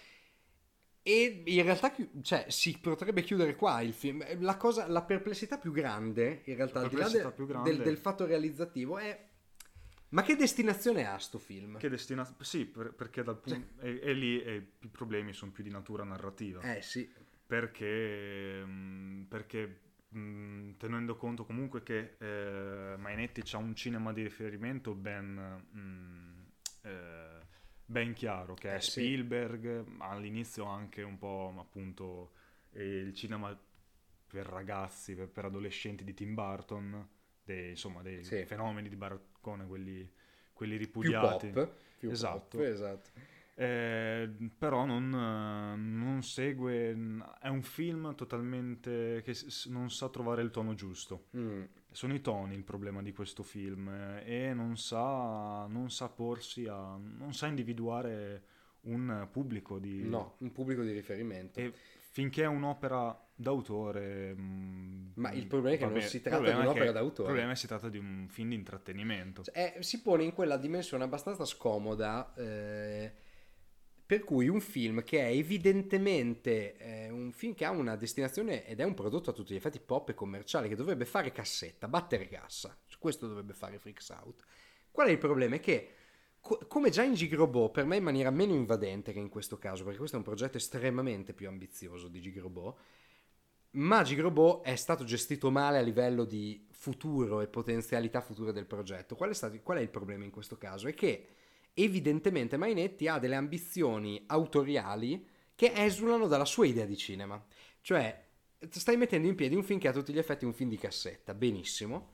e in realtà chi- cioè, si potrebbe chiudere qua il film. La cosa, la perplessità più grande in realtà La al di là de- perplessità più grande- del, del fatto realizzativo è ma che destinazione ha sto film? Che destina... Sì, per- perché dal punto... E, e lì e i problemi sono più di natura narrativa. Eh sì, Perché... mh, perché mh, tenendo conto comunque che eh, Mainetti c'ha un cinema di riferimento ben... mh, eh, ben chiaro, che è Eh, sì. Spielberg, all'inizio anche un po' appunto eh, il cinema per ragazzi, per, per adolescenti di Tim Burton, dei, insomma dei Sì. fenomeni di baraccone, quelli, quelli più ripudiati. pop, più Esatto. pop, esatto. Eh, però non, eh, non segue, è un film totalmente che s- non sa trovare il tono giusto. Mm. Sono i toni il problema di questo film eh, e non sa, non sa porsi a, non sa individuare un pubblico di... No, un pubblico di riferimento. E finché è un'opera d'autore... mh, Ma il problema è che va non bene. si Il tratta di problema è un'opera che- d'autore. Il problema è che si tratta di un film di intrattenimento. Cioè, eh, si pone in quella dimensione abbastanza scomoda eh, per cui un film che è evidentemente eh, un film che ha una destinazione ed è un prodotto a tutti gli effetti pop e commerciale che dovrebbe fare cassetta, battere cassa, questo dovrebbe fare Freaks Out. Qual è il problema? È che co- come già in Gigrobot, per me in maniera meno invadente che in questo caso, perché questo è un progetto estremamente più ambizioso di Gigrobot, ma Gigrobot è stato gestito male a livello di futuro e potenzialità future del progetto. Qual è, stato, qual è il problema in questo caso? È che evidentemente Mainetti ha delle ambizioni autoriali che esulano dalla sua idea di cinema. Cioè, stai mettendo in piedi un film che a tutti gli effetti è un film di cassetta, benissimo,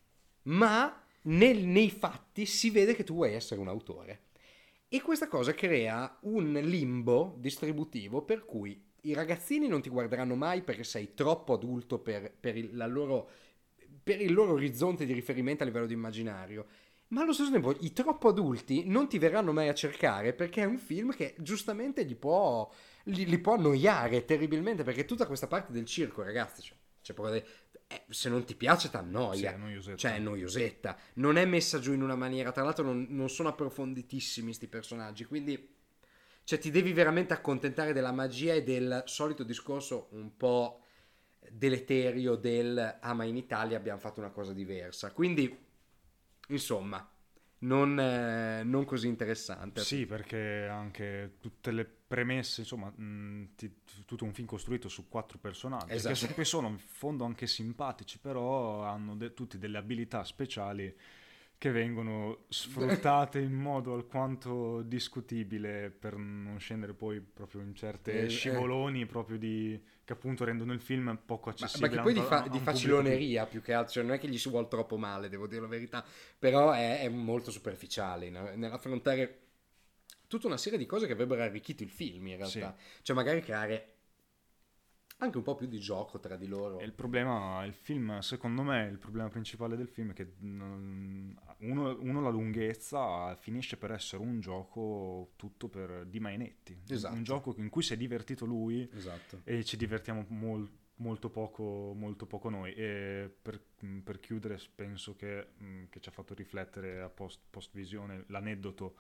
ma nel- nei fatti si vede che tu vuoi essere un autore. E questa cosa crea un limbo distributivo per cui i ragazzini non ti guarderanno mai perché sei troppo adulto per, per il, la loro, per il loro orizzonte di riferimento a livello di immaginario. Ma allo stesso tempo i troppo adulti non ti verranno mai a cercare perché è un film che giustamente gli può, li, li può annoiare terribilmente perché tutta questa parte del circo, ragazzi, cioè, c'è poco da- eh, se non ti piace t'annoia. Sì, è noiosetta. Cioè è noiosetta, non è messa giù in una maniera, tra l'altro non, non sono approfonditissimi sti personaggi, quindi cioè ti devi veramente accontentare della magia e del solito discorso un po' deleterio del ah ma in Italia abbiamo fatto una cosa diversa, quindi insomma non, eh, non così interessante. Sì, perché anche tutte le premesse, insomma, mh, ti- tutto un film costruito su quattro personaggi, Esatto. che so- che sono in fondo anche simpatici, però hanno de- tutti delle abilità speciali che vengono sfruttate in modo alquanto discutibile per non scendere poi proprio in certe Eh, eh. scivoloni proprio di, che appunto rendono il film poco Ma, ma accessibile. che poi di, anche a- fa- a un di pubblico faciloneria più che altro, cioè non è che gli si vuole troppo male, devo dire la verità, però è, è molto superficiale no? Nell'affrontare tutta una serie di cose che avrebbero arricchito il film in realtà, cioè magari creare anche un po' più di gioco tra di loro. E il problema, il film, secondo me, il problema principale del film è che mm, uno, uno la lunghezza finisce per essere un gioco tutto per, di Mainetti. Esatto. Un gioco in cui si è divertito lui Esatto. e ci divertiamo mol- molto poco, molto poco noi. E per, per chiudere, penso che, mm, che ci ha fatto riflettere a post, post visione l'aneddoto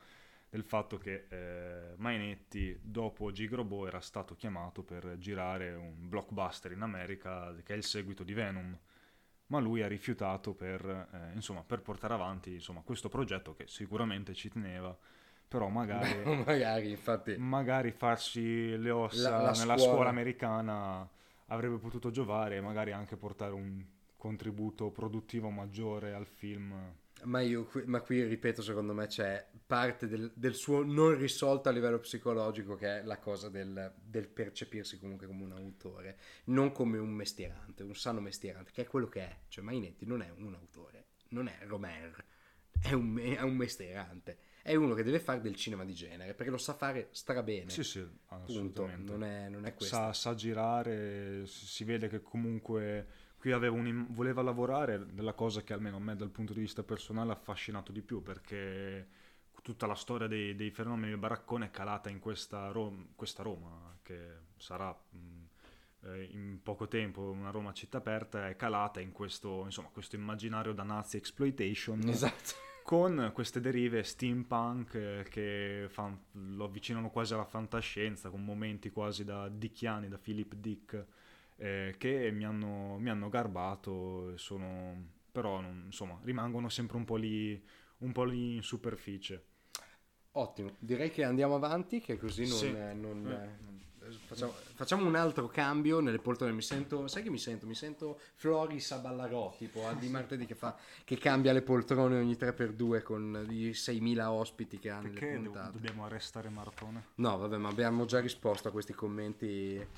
del fatto che eh, Mainetti dopo Gigrobo era stato chiamato per girare un blockbuster in America che è il seguito di Venom, ma lui ha rifiutato per, eh, insomma, per portare avanti insomma, questo progetto che sicuramente ci teneva, però magari, Beh, magari infatti magari farsi le ossa la, la nella scuola. scuola americana avrebbe potuto giovare e magari anche portare un contributo produttivo maggiore al film. Ma io qui, ma qui ripeto, secondo me c'è parte del, del suo non risolto a livello psicologico, che è la cosa del, del percepirsi comunque come un autore, non come un mestierante, un sano mestierante, che è quello che è. Cioè Mainetti non è un autore, non è Romer, è un, è un mestierante, è uno che deve fare del cinema di genere, perché lo sa fare strabene. Sì, sì, Punto. assolutamente. Non è, non è questo. Sa, sa girare, si si vede che comunque qui aveva un, voleva lavorare, della cosa che almeno a me dal punto di vista personale ha affascinato di più, perché tutta la storia dei, dei fenomeni del baraccone è calata in questa, Rom- questa Roma, che sarà mh, eh, in poco tempo una Roma città aperta, è calata in questo, insomma, questo immaginario da Nazi exploitation. Esatto. Con queste derive steampunk eh, che fan- lo avvicinano quasi alla fantascienza, con momenti quasi da dickiani, da Philip Dick, eh, che mi hanno, mi hanno garbato, e sono, però non- insomma rimangono sempre un po' lì, un po' lì in superficie. Ottimo, direi che andiamo avanti, che così non, Sì. eh, non, Eh. eh, facciamo, facciamo un altro cambio nelle poltrone. Mi sento, sai che mi sento? Mi sento Floris a Ballarò, tipo a di martedì che, fa, che cambia le poltrone ogni tre per due con i seimila ospiti che ha nelle Perché do- puntate. dobbiamo arrestare Maratone? No, vabbè, ma abbiamo già risposto a questi commenti i-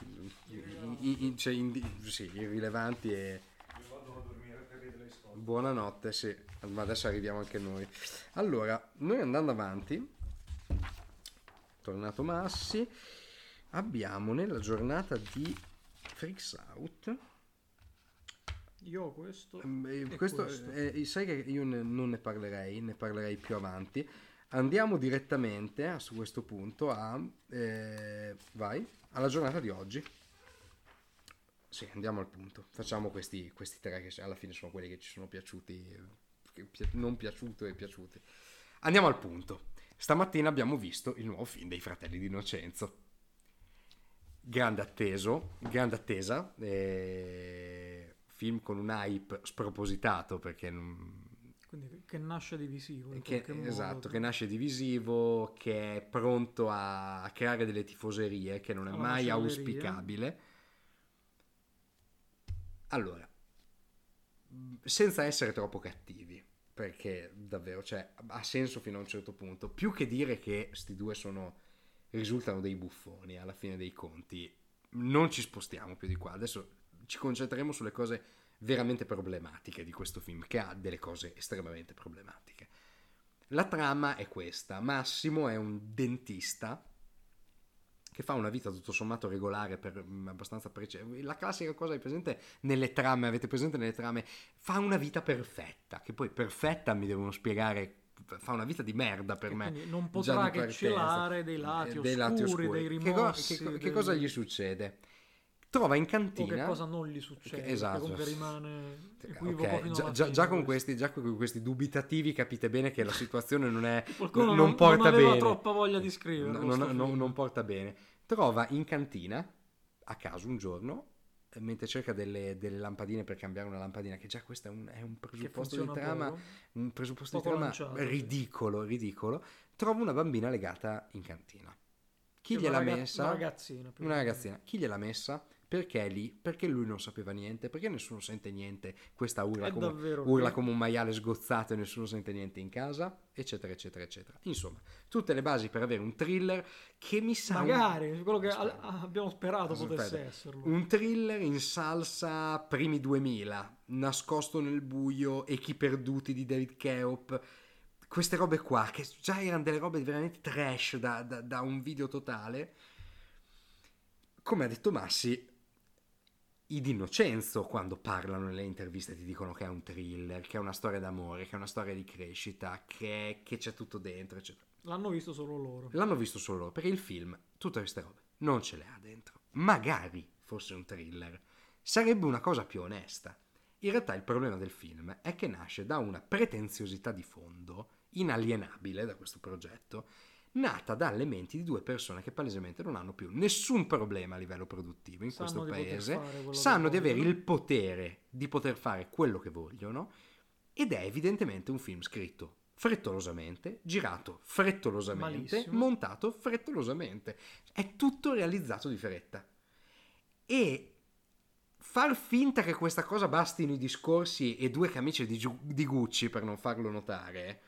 i- i- cioè, indi- sì, irrilevanti e... Io vado a dormire per Ridley Scott. Buonanotte, sì, ma adesso arriviamo anche noi. Allora, noi andando avanti, tornato Massi, abbiamo nella giornata di Freaks Out. Io ho questo. ehm, eh, e questo, questo. eh, sai che io ne- non ne parlerei, ne parlerei più avanti. Andiamo direttamente a, su questo punto a eh, vai alla giornata di oggi. Sì, andiamo al punto. Facciamo questi, questi tre che alla fine sono quelli che ci sono piaciuti, che pi- non piaciuto e piaciuti. Andiamo al punto. Stamattina abbiamo visto il nuovo film dei Fratelli di Innocenzo. Grande atteso, grande attesa. eh, film con un hype spropositato perché non- Quindi che nasce divisivo in che, qualche modo. esatto, che nasce divisivo, che è pronto a creare delle tifoserie, che non è Alla mai macelleria. auspicabile. Allora, senza essere troppo cattivi, perché davvero, cioè, ha senso fino a un certo punto, più che dire che sti due sono, risultano dei buffoni alla fine dei conti, non ci spostiamo più di qua. Adesso ci concentreremo sulle cose veramente problematiche di questo film, che ha delle cose estremamente problematiche. La trama è questa: Massimo è un dentista che fa una vita tutto sommato regolare, per mh, abbastanza precisa. La classica cosa è presente nelle trame, avete presente nelle trame, fa una vita perfetta, che poi perfetta mi devono spiegare, fa una vita di merda per Che me. quindi non già potrà di che partenza. celare dei lati Eh, oscuri, dei lati oscuri. dei Che, co- rimorsi. che co- che dei- cosa gli succede? Trova in O cantina... che cosa non gli succede, Che- esatto. che comunque rimane Ok, equivoco fino già, alla già- fine. già con questo. questi, già con questi dubitativi capite bene che la situazione non è Qualcuno non, non, porta non aveva bene. troppa voglia di scriverlo. No, sto no, no, film. non porta bene. Trova in cantina a caso un giorno, eh, mentre cerca delle, delle lampadine per cambiare una lampadina, che già questo è un, è un Che presupposto di funziona trama, poco. un presupposto di Poco trama lanciato, sì. ridicolo, ridicolo. Trova una bambina legata in cantina. Chi Che gliel'ha una raga- messa? Una ragazzina. più Una o meno. ragazzina. Chi gliel'ha messa? Perché è lì? Perché lui non sapeva niente? Perché nessuno sente niente? Questa urla, È come, davvero urla così. come un maiale sgozzato e nessuno sente niente in casa? Eccetera, eccetera, eccetera. Insomma, tutte le basi per avere un thriller che mi sa... un- Magari, quello che Aspetta. al- abbiamo sperato Aspetta. potesse esserlo. Un thriller in salsa primi duemila, nascosto nel buio, Echi perduti di David Keop, queste robe qua, che già erano delle robe veramente trash da, da- da un video totale. Come ha detto Massi, i D'Innocenzo, quando parlano nelle interviste, ti dicono che è un thriller, che è una storia d'amore, che è una storia di crescita, che, che c'è tutto dentro, eccetera. L'hanno visto solo loro. L'hanno visto solo loro, perché il film, tutte queste robe, non ce le ha dentro. Magari fosse un thriller, sarebbe una cosa più onesta. In realtà il problema del film è che nasce da una pretenziosità di fondo inalienabile da questo progetto, nata dalle menti di due persone che palesemente non hanno più nessun problema a livello produttivo in Sanno questo di poter paese, fare quello che sanno di avere vogliono. il potere di poter fare quello che vogliono, ed è evidentemente un film scritto frettolosamente, girato frettolosamente, Malissimo. montato frettolosamente. È tutto realizzato di fretta. E far finta che questa cosa bastino i discorsi e due camicie di, Giu- di Gucci per non farlo notare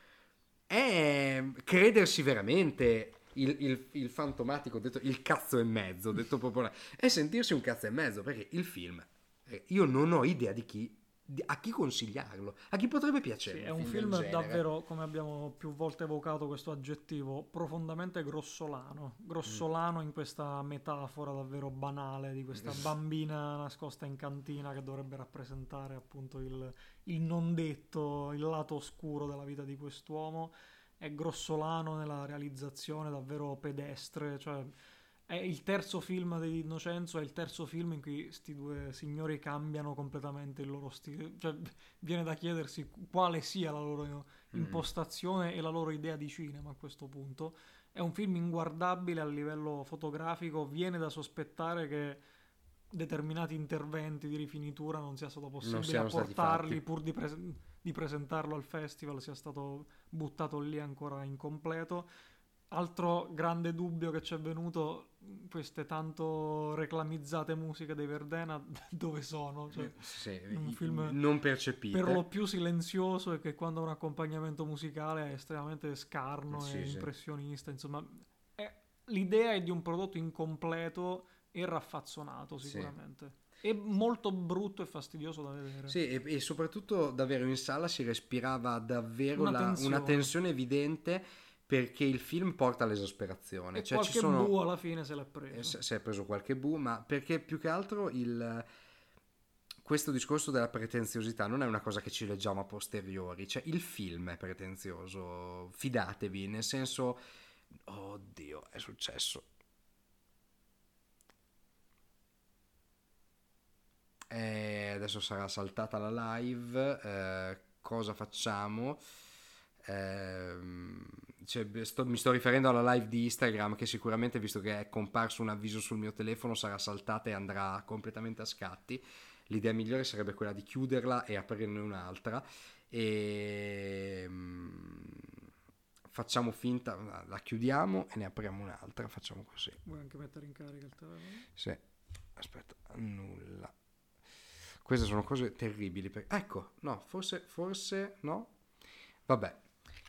è credersi veramente il, il, il fantomatico, detto il cazzo e mezzo, detto popolare, è sentirsi un cazzo e mezzo, perché il film, eh, io non ho idea di chi, di- a chi consigliarlo, a chi potrebbe piacere Sì, un è un film, film del genere. davvero, come abbiamo più volte evocato questo aggettivo, profondamente grossolano. Grossolano in questa metafora davvero banale di questa bambina nascosta in cantina che dovrebbe rappresentare appunto il, il non detto, il lato oscuro della vita di quest'uomo. È grossolano nella realizzazione, davvero pedestre, cioè è il terzo film di Innocenzo, è il terzo film in cui sti due signori cambiano completamente il loro stile, cioè viene da chiedersi quale sia la loro impostazione e la loro idea di cinema a questo punto. È un film inguardabile a livello fotografico, viene da sospettare che determinati interventi di rifinitura non sia stato Non possibile siano stati apportarli fatti. pur di, prese- di presentarlo al festival, sia stato buttato lì ancora incompleto. Altro grande dubbio che ci è venuto, queste tanto reclamizzate musiche dei Verdena, dove sono? Cioè, Sì, un i- film non per percepite. lo più silenzioso e che quando ha un accompagnamento musicale è estremamente scarno Sì, e sì. impressionista. Insomma, è- l'idea è di un prodotto incompleto e raffazzonato Sì. sicuramente. E molto brutto e fastidioso da vedere. Sì, e, e soprattutto davvero in sala si respirava davvero Una la- tensione. una tensione evidente, perché il film porta all'esasperazione. E Cioè ci qualche sono... bu alla fine se l'è eh, preso. si si è preso qualche bu, ma perché più che altro il... questo discorso della pretenziosità non è una cosa che ci leggiamo a posteriori, cioè il film è pretenzioso, fidatevi, nel senso... Oddio, è successo. Eh, adesso sarà saltata la live. eh, cosa facciamo? Ehm, cioè, sto- mi sto riferendo alla live di Instagram, che sicuramente, visto che è comparso un avviso sul mio telefono, sarà saltata e andrà completamente a scatti. L'idea migliore sarebbe quella di chiuderla e aprirne un'altra. E mm, facciamo finta, la chiudiamo e ne apriamo un'altra. Facciamo così. Vuoi anche mettere in carica il telefono? Sì, aspetta, annulla. Queste sono cose terribili. Per... Ecco, no, forse, forse no. Vabbè.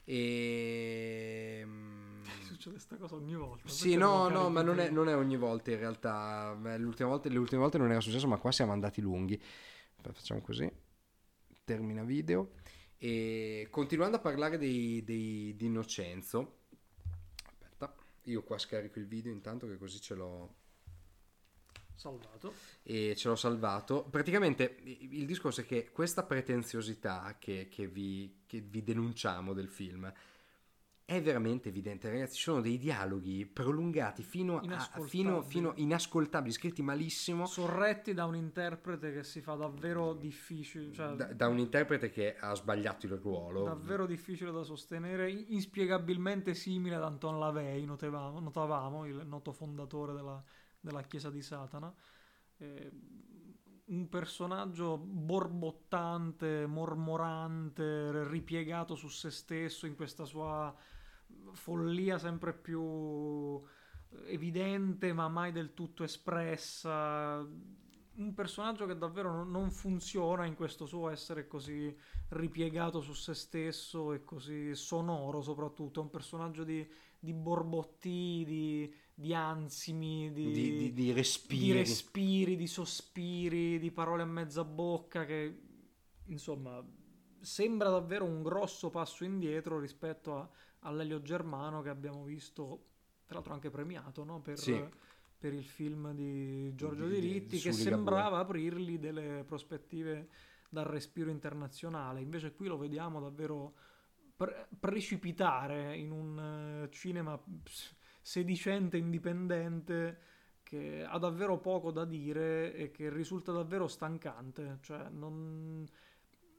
E... Succede sta cosa ogni volta. Sì, Perché non no, lo no, carichi ma non è, prima? non è ogni volta in realtà. Beh, l'ultima volta, le ultime volte non era successo, ma qua siamo andati lunghi. Facciamo così. Termina video. E continuando a parlare dei, dei, di Innocenzo. Aspetta, io qua scarico il video intanto, che così ce l'ho... Salvato. e ce l'ho salvato. Praticamente il discorso è che questa pretenziosità che, che, vi, che vi denunciamo del film è veramente evidente, ragazzi. Ci sono dei dialoghi prolungati fino a Inascoltabili. fino, fino inascoltabili, scritti malissimo, Sorretti da un interprete che si fa davvero difficile, cioè da, da un interprete che ha sbagliato il ruolo. davvero difficile da sostenere, inspiegabilmente simile ad Anton LaVey, notavamo, notavamo il noto fondatore della, della Chiesa di Satana. Eh, un personaggio borbottante, mormorante, ripiegato su se stesso in questa sua follia sempre più evidente ma mai del tutto espressa. Un personaggio che davvero non- non funziona in questo suo essere così ripiegato su se stesso e così sonoro soprattutto. È un personaggio di, di borbotti, di, di ansimi, di, di, di, di respiri. di respiri, di sospiri, di parole a mezza bocca che insomma sembra davvero un grosso passo indietro rispetto a, all'Elio Germano che abbiamo visto, tra l'altro anche premiato, no? per, Sì. per il film di Giorgio Di- di- Diritti, su che Ligabue. sembrava aprirgli delle prospettive dal respiro internazionale. Invece qui lo vediamo davvero pre- precipitare in un eh, cinema ps- sedicente, indipendente, che ha davvero poco da dire e che risulta davvero stancante. Cioè, non...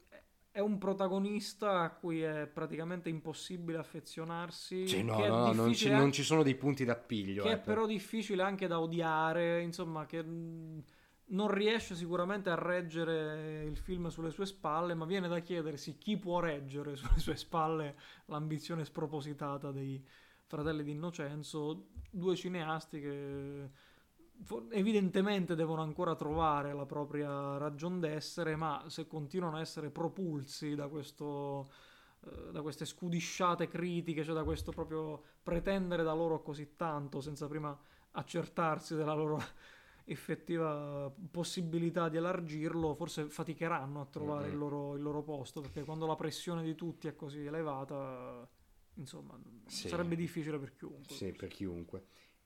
è un protagonista a cui è praticamente impossibile affezionarsi, Sì, no, che è no, no, non ci, difficile non an- ci sono dei punti d'appiglio. che Eh, è per- però difficile anche da odiare, insomma, che mh, non riesce sicuramente a reggere il film sulle sue spalle, ma viene da chiedersi chi può reggere sulle sue spalle l'ambizione spropositata dei Fratelli di Innocenzo, due cineasti che fo- evidentemente devono ancora trovare la propria ragion d'essere, ma se continuano a essere propulsi da questo eh, da queste scudisciate critiche, cioè da questo proprio pretendere da loro così tanto senza prima accertarsi della loro effettiva possibilità di elargirlo, forse faticheranno a trovare il Mm-mm. loro, il loro posto, perché quando la pressione di tutti è così elevata, insomma, Sì, sarebbe difficile per chiunque sì, per questo. chiunque.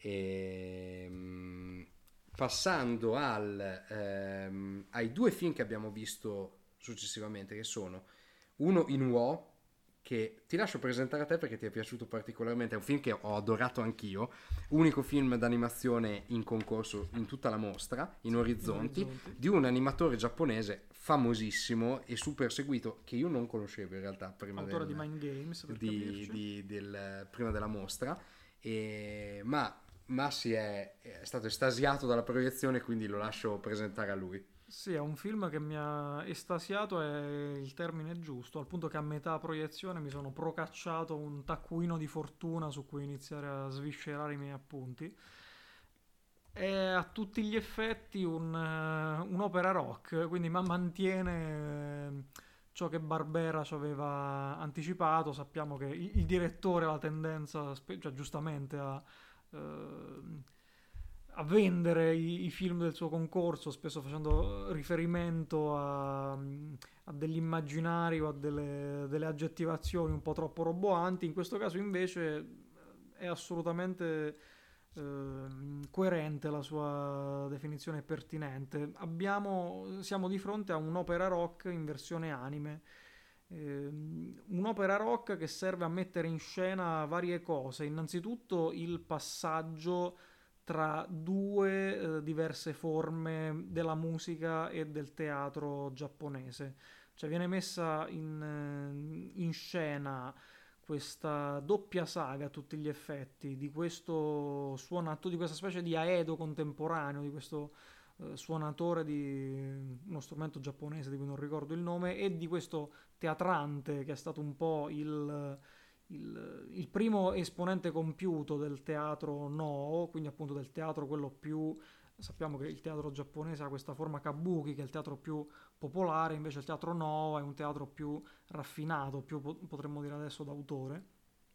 Ehm, Passando al, ehm, ai due film che abbiamo visto successivamente, che sono uno in Wo, che ti lascio presentare a te perché ti è piaciuto particolarmente, è un film che ho adorato anch'io, unico film d'animazione in concorso in tutta la mostra, in Sì, in Orizzonti, orizzonti. di un animatore giapponese famosissimo e super seguito, che io non conoscevo in realtà prima Autore di del, Mind Games, per di- capirci. di- del- prima della mostra, e- ma Massi è, è stato estasiato dalla proiezione, quindi lo lascio presentare a lui. Sì, è un film che mi ha estasiato, è il termine giusto, al punto che a metà proiezione mi sono procacciato un taccuino di fortuna su cui iniziare a sviscerare i miei appunti. È a tutti gli effetti un, eh, un'opera rock, quindi ma mantiene eh, ciò che Barbera ci aveva anticipato. Sappiamo che il, il direttore ha la tendenza, spe- cioè giustamente, a, eh, a vendere i, i film del suo concorso, spesso facendo riferimento a, a degli immaginari o a delle, delle aggettivazioni un po' troppo roboanti. In questo caso invece è assolutamente ehm, coerente la sua definizione pertinente. Abbiamo, siamo di fronte a un'opera rock in versione anime. Ehm, un'opera rock che serve a mettere in scena varie cose. Innanzitutto il passaggio tra due eh, diverse forme della musica e del teatro giapponese. Cioè viene messa in, eh, in scena questa doppia saga a tutti gli effetti di questo suonato, di questa specie di aedo contemporaneo, di questo eh, suonatore di uno strumento giapponese di cui non ricordo il nome, e di questo teatrante che è stato un po' il, il, il primo esponente compiuto del teatro no, quindi appunto del teatro quello più. Sappiamo che il teatro giapponese ha questa forma kabuki, che è il teatro più popolare, invece il teatro no è un teatro più raffinato, più potremmo dire adesso d'autore.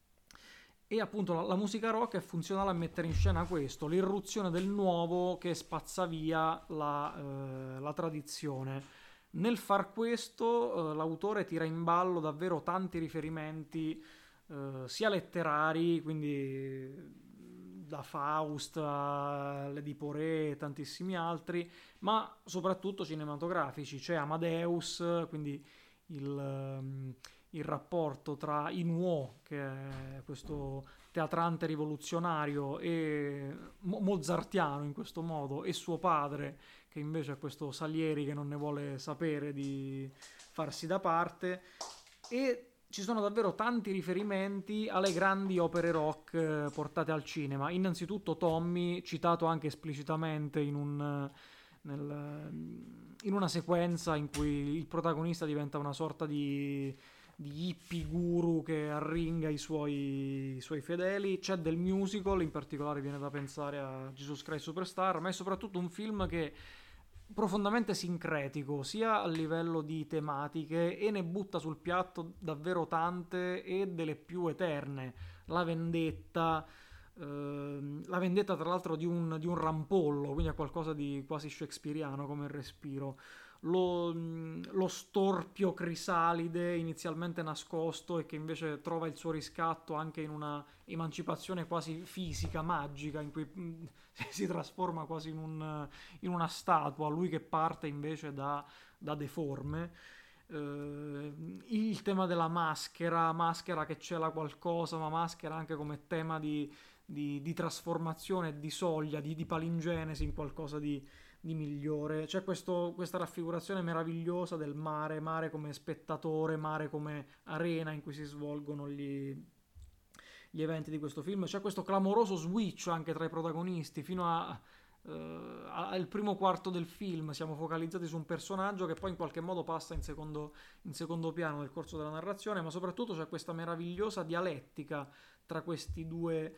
E appunto la, la musica rock è funzionale a mettere in scena questo, l'irruzione del nuovo che spazza via la, eh, la tradizione. Nel far questo, eh, l'autore tira in ballo davvero tanti riferimenti, eh, sia letterari, quindi da Faust a l'Edipo Re e tantissimi altri, ma soprattutto cinematografici. C'è Amadeus, quindi il, ehm, il rapporto tra Inuo, che è questo teatrante rivoluzionario e mo- mozartiano in questo modo, e suo padre, che invece è questo Salieri che non ne vuole sapere di farsi da parte. E ci sono davvero tanti riferimenti alle grandi opere rock eh, portate al cinema. Innanzitutto Tommy, citato anche esplicitamente in un, nel- in una sequenza in cui il protagonista diventa una sorta di, di hippie guru che arringa i suoi, i suoi fedeli. C'è del musical, in particolare viene da pensare a Jesus Christ Superstar, ma è soprattutto un film che profondamente sincretico, sia a livello di tematiche, e ne butta sul piatto davvero tante e delle più eterne. La vendetta, ehm, la vendetta tra l'altro di un, di un rampollo, quindi è qualcosa di quasi shakespeariano come respiro. Lo, lo storpio crisalide inizialmente nascosto e che invece trova il suo riscatto anche in una emancipazione quasi fisica, magica, in cui mh, si trasforma quasi in un, in una statua, lui che parte invece da, da deforme. Eh, il tema della maschera, maschera che cela qualcosa, ma maschera anche come tema di, di, di trasformazione, di soglia, di, di palingenesi in qualcosa di, di migliore. C'è questo- questa raffigurazione meravigliosa del mare, mare come spettatore, mare come arena in cui si svolgono gli, gli eventi di questo film. C'è questo clamoroso switch anche tra i protagonisti, fino a, eh, al primo quarto del film siamo focalizzati su un personaggio che poi in qualche modo passa in secondo, in secondo piano nel corso della narrazione, ma soprattutto c'è questa meravigliosa dialettica tra questi due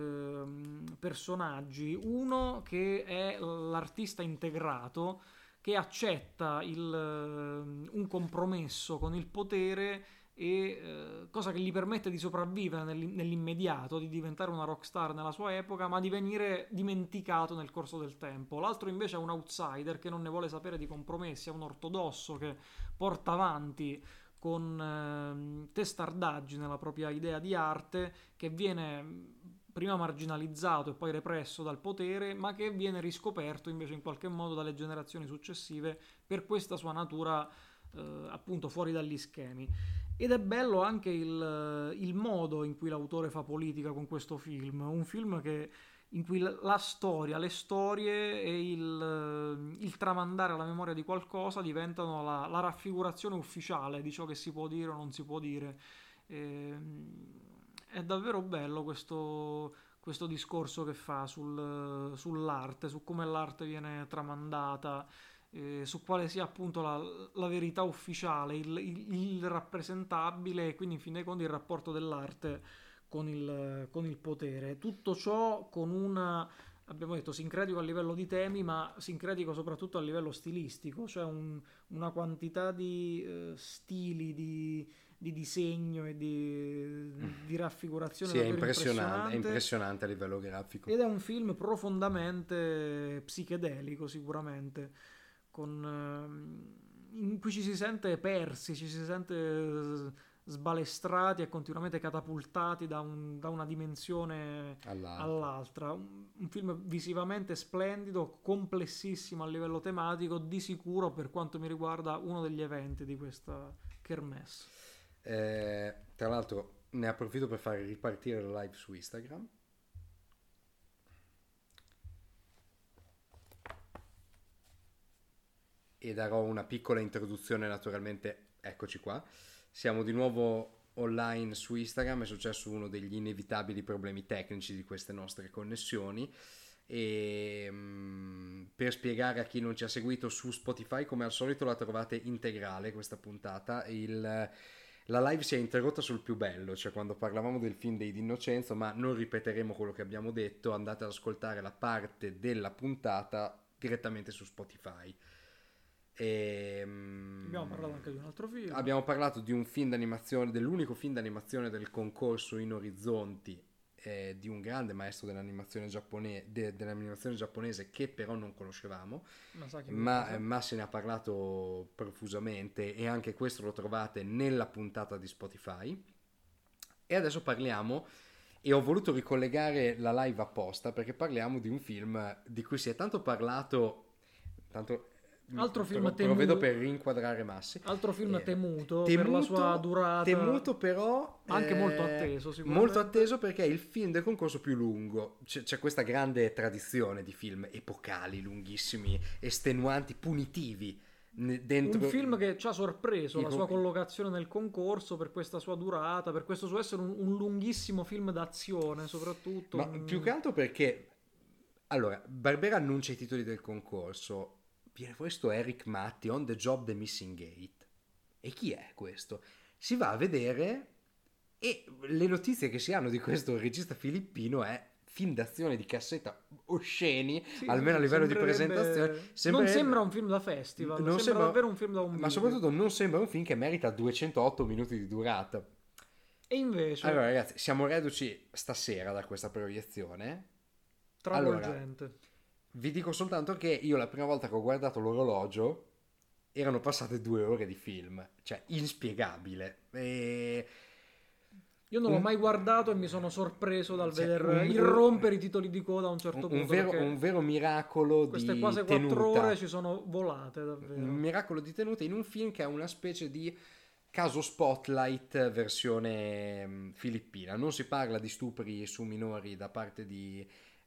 ehm, personaggi. Uno che è l'artista integrato, che accetta il, ehm, un compromesso con il potere e eh, cosa che gli permette di sopravvivere nell'i- nell'immediato, di diventare una rockstar nella sua epoca, ma di venire dimenticato nel corso del tempo. L'altro invece è un outsider che non ne vuole sapere di compromessi, è un ortodosso che porta avanti con ehm, testardaggine la propria idea di arte, che viene mh, prima marginalizzato e poi represso dal potere, ma che viene riscoperto invece in qualche modo dalle generazioni successive per questa sua natura eh, appunto fuori dagli schemi. Ed è bello anche il, il modo in cui l'autore fa politica con questo film, un film che, in cui la, la storia, le storie e il, il tramandare alla memoria di qualcosa diventano la, la raffigurazione ufficiale di ciò che si può dire o non si può dire. Ehm, è davvero bello questo, questo discorso che fa sul- sull'arte, su come l'arte viene tramandata, eh, su quale sia appunto la, la verità ufficiale, il, il- il rappresentabile e quindi in fin dei conti il rapporto dell'arte con il, con il potere. Tutto ciò con una, abbiamo detto, sincretico a livello di temi, ma sincretico soprattutto a livello stilistico, cioè un- una quantità di eh, stili, di, di disegno e di, di raffigurazione Sì, è davvero impressionante, è impressionante. impressionante a livello grafico. Ed è un film profondamente psichedelico, sicuramente, con, ehm, in cui ci si sente persi, ci si sente eh, sbalestrati e continuamente catapultati da, un- da una dimensione All'altro. all'altra. Un, un film visivamente splendido, complessissimo a livello tematico, di sicuro per quanto mi riguarda uno degli eventi di questa kermesse. Eh, tra l'altro ne approfitto per fare ripartire la live su Instagram. E darò una piccola introduzione, naturalmente. Eccoci qua. Siamo di nuovo online su Instagram. È successo uno degli inevitabili problemi tecnici di queste nostre connessioni. E mm, per spiegare a chi non ci ha seguito su Spotify, come al solito la trovate integrale questa puntata. Il, la live si è interrotta sul più bello, cioè quando parlavamo del film dei D'Innocenzo, ma non ripeteremo quello che abbiamo detto. Andate ad ascoltare la parte della puntata direttamente su Spotify. E, mm, Abbiamo parlato anche di un altro film. abbiamo parlato di un film d'animazione, dell'unico film d'animazione del concorso In Orizzonti, eh, di un grande maestro dell'animazione, giappone- de- dell'animazione giapponese che però non conoscevamo, Masaki ma, Uesugi. eh, ma se ne ha parlato profusamente, e anche questo lo trovate nella puntata di Spotify. E adesso parliamo, e ho voluto ricollegare la live apposta perché parliamo di un film di cui si è tanto parlato, tanto Altro film pro- temu- provvedo per rinquadrare Massi. Altro film Eh, temuto, per la temuto, sua durata. temuto però Anche eh, molto atteso, sicuramente. molto atteso perché è il film del concorso più lungo. C'è, c'è questa grande tradizione di film epocali, lunghissimi, estenuanti, punitivi ne- dentro Un film che ci ha sorpreso, i la con- sua collocazione nel concorso, per questa sua durata, per questo suo essere un, un lunghissimo film d'azione, soprattutto. ma un- più che altro perché allora Barbera annuncia i titoli del concorso, viene fuori sto Eric Matti, On the Job The Missing Gate, e chi è questo? Si va a vedere e le notizie che si hanno di questo regista filippino è film d'azione di cassetta osceni, Sì, almeno a sì, livello di sembrerebbe- presentazione. Non Sembrerebbe- sembra un film da festival, non sembra, davvero un film da un ma video. soprattutto non sembra un film che merita duecentootto minuti di durata. E invece, Allora ragazzi, siamo reduci stasera da questa proiezione. travolgente. Vi dico soltanto che io la prima volta che ho guardato l'orologio erano passate due ore di film, cioè inspiegabile. E... Io non l'ho un- mai guardato e mi sono sorpreso dal Cioè, veder un- irrompere i titoli di coda a un certo un, punto. un vero, perché un vero miracolo queste di quasi quattro tenuta. ore ci sono volate, davvero. Un miracolo di tenuta in un film che è una specie di caso Spotlight versione mm, filippina. Non si parla di stupri su minori da parte di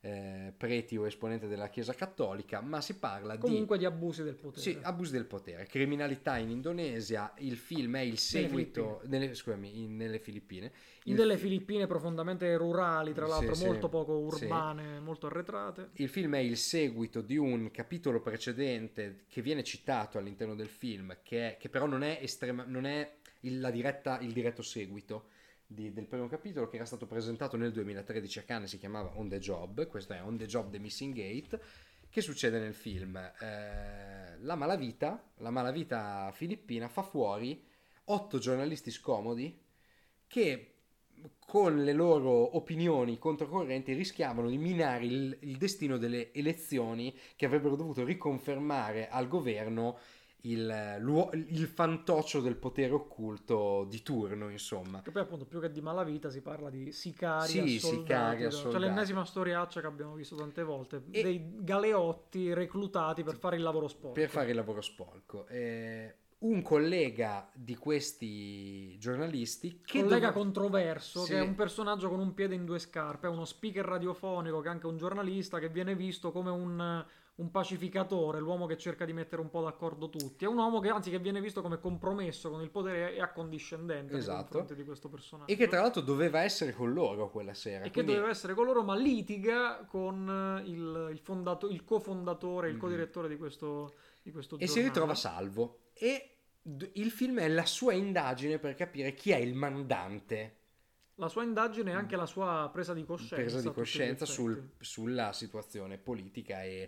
eh, preti o esponente della Chiesa Cattolica, ma si parla Comunque di... di abusi del potere. Sì, abusi del potere, criminalità in Indonesia. Il film è il seguito nelle, scusami, in, nelle Filippine. In Il delle fi- Filippine profondamente rurali, tra Sì, l'altro sì, molto poco sì. urbane, molto arretrate. Il film è il seguito di un capitolo precedente che viene citato all'interno del film, che, è, che però non è, estrema, non è il, la diretta, il diretto seguito di, del primo capitolo, che era stato presentato nel duemilatredici a Cannes, si chiamava On the Job. Questo è On the Job The Missing Gate. Che succede nel film? Eh, la malavita, la malavita filippina fa fuori otto giornalisti scomodi che con le loro opinioni controcorrenti rischiavano di minare il, il destino delle elezioni che avrebbero dovuto riconfermare al governo il, l'uo- il fantoccio del potere occulto di turno, insomma. Che poi appunto più che di malavita si parla di sicari, Sì, assoldati, sicari, da- assoldati. cioè l'ennesima storiaccia che abbiamo visto tante volte, E- dei galeotti reclutati per fare il lavoro sporco. Per fare il lavoro sporco. Eh, un collega di questi giornalisti che collega dove- controverso, Sì. che è un personaggio con un piede in due scarpe, è uno speaker radiofonico che è anche un giornalista, che viene visto come un, un pacificatore, l'uomo che cerca di mettere un po' d'accordo tutti. È un uomo che anzi che viene visto come compromesso con il potere e accondiscendente nei Esatto. confronti di questo personaggio. e che tra l'altro doveva essere con loro quella sera. E che quindi- doveva essere con loro, ma litiga con il, il, fondato- il cofondatore, il Mhm. codirettore di questo, di questo e si giornale. ritrova salvo. E d- il film è la sua indagine per capire chi è il mandante, La sua indagine e anche la sua presa di coscienza. presa a di tutti gli coscienza effetti. sul- sulla situazione politica e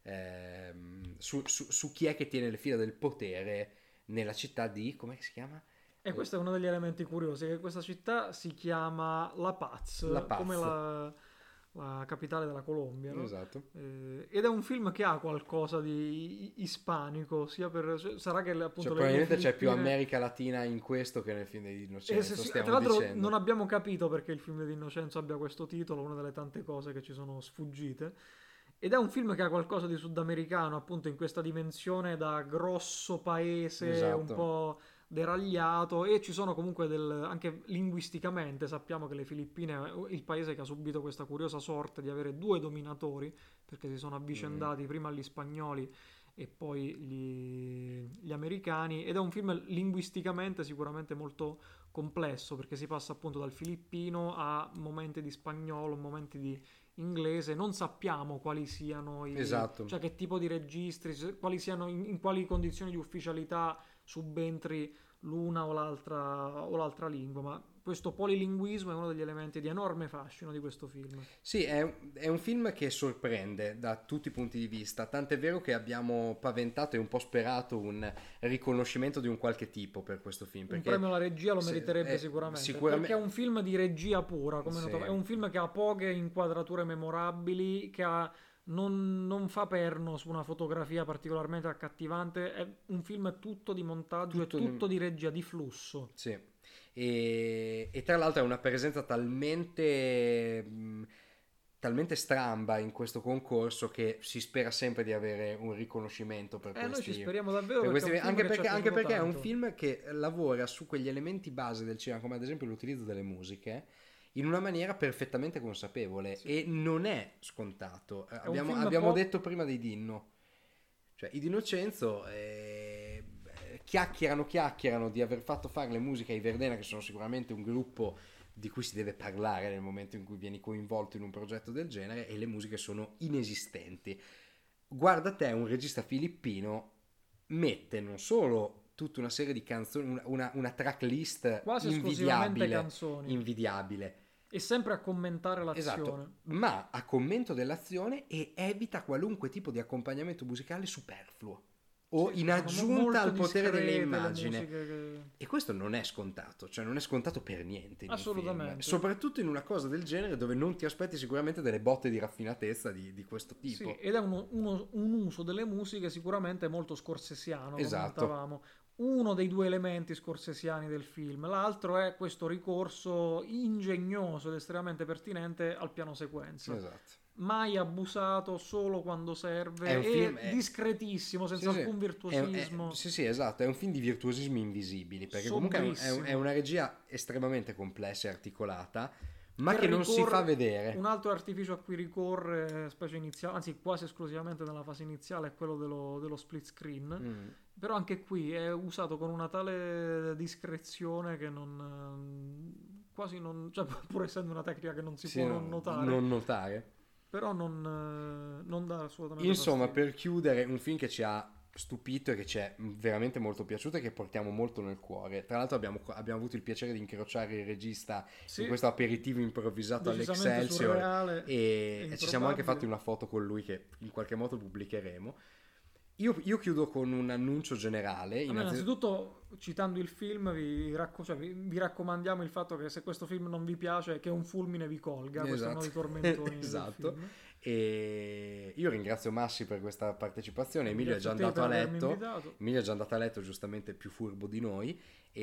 ehm, su, su- su chi è che tiene le fila del potere nella città di... come si chiama? E questo è uno degli elementi curiosi, che questa città si chiama La Paz, La Paz. come la, la capitale della Colombia, no? Esatto. Eh, ed è un film che ha qualcosa di ispanico, sia per... cioè, sarà che appunto... Cioè, le- probabilmente le c'è più Filippine- America Latina in questo che nel film di Eh, Innocenzo, se- sì, stiamo tra l'altro dicendo. non abbiamo capito perché il film di Innocenzo abbia questo titolo, una delle tante cose che ci sono sfuggite. Ed è un film che ha qualcosa di sudamericano, appunto in questa dimensione da grosso paese, Esatto. un po' deragliato, e ci sono comunque del, anche linguisticamente sappiamo che le Filippine è il paese che ha subito questa curiosa sorte di avere due dominatori, perché si sono avvicendati prima gli spagnoli e poi gli, gli americani, ed è un film linguisticamente sicuramente molto complesso, perché si passa appunto dal filippino a momenti di spagnolo, momenti di inglese, non sappiamo quali siano i, Esatto. cioè che tipo di registri, se- quali siano in, in quali condizioni di ufficialità subentri l'una o l'altra o l'altra lingua, ma questo polilinguismo è uno degli elementi di enorme fascino di questo film. Sì, è, è un film che sorprende da tutti i punti di vista, tant'è vero che abbiamo paventato e un po' sperato un riconoscimento di un qualche tipo per questo film. Un Perché premio alla regia lo se- meriterebbe eh, sicuramente, sicuramente- perché è un film di regia pura, come Sì. noto- è un film che ha poche inquadrature memorabili, che ha- non, non fa perno su una fotografia particolarmente accattivante, è un film tutto di montaggio Tutto e di- tutto di regia, di flusso. Sì, e, e tra l'altro è una presenza talmente, mh, talmente stramba in questo concorso che si spera sempre di avere un riconoscimento per Eh, noi questi... ci speriamo davvero, per perché questi- è un film anche che ci perché, è anche piaciuto perché è un tanto. film che lavora su quegli elementi base del cinema, come ad esempio l'utilizzo delle musiche, in una maniera perfettamente consapevole, Sì. e non è scontato. Eh, un Abbiamo, film abbiamo po'- detto prima di Dinno, cioè i D'Innocenzo eh, chiacchierano chiacchierano di aver fatto fare le musiche ai Verdena, che sono sicuramente un gruppo di cui si deve parlare nel momento in cui vieni coinvolto in un progetto del genere, e le musiche sono inesistenti. Guarda te, un regista filippino mette non solo tutta una serie di canzoni, una, una, una tracklist Quasi esclusivamente invidiabile, canzoni, invidiabile, e sempre a commentare l'azione. esatto, ma a commento dell'azione, e evita qualunque tipo di accompagnamento musicale superfluo o Sì, in sono aggiunta molto al potere discrete le dell'immagine. musiche che- E questo non è scontato, cioè non è scontato per niente in un Assolutamente. film. Soprattutto in una cosa del genere dove non ti aspetti sicuramente delle botte di raffinatezza di, di questo tipo. Sì, ed è uno- uno- un uso delle musiche sicuramente molto scorsesiano, Esatto. commentavamo. Uno dei due elementi scorsesiani del film, l'altro è questo ricorso ingegnoso ed estremamente pertinente al piano sequenza. Esatto. Mai abusato, solo quando serve, È un e film- è- discretissimo, senza Sì, sì. alcun È- è- virtuosismo. sì, sì, esatto, è un film di virtuosismi invisibili, perché comunque è, un- è un- è una regia estremamente complessa e articolata, ma che, che non si fa vedere. Un altro artificio a cui ricorre, specie iniziale, anzi quasi esclusivamente nella fase iniziale, è quello dello, dello split screen. Mm. Però anche qui è usato con una tale discrezione che non quasi non, cioè pur essendo una tecnica che non si sì, può non notare. Non notare. Però non, non dà assolutamente Insomma, fastidio. Per chiudere, un film che ci ha stupito e che ci è veramente molto piaciuto e che portiamo molto nel cuore. Tra l'altro abbiamo, abbiamo avuto il piacere di incrociare il regista sì, in questo aperitivo improvvisato all'Excelsior e, e ci siamo anche fatti una foto con lui che in qualche modo pubblicheremo. Io, io chiudo con un annuncio generale. Innanzitutto, innanzitutto citando il film vi, racco- cioè, vi, vi raccomandiamo il fatto che se questo film non vi piace che un fulmine vi colga. Esatto. Questo è uno dei tormentoni esatto. del film. E io ringrazio Massi per questa partecipazione. Emilio è già andato a letto Emilio è già andato a letto giustamente più furbo di noi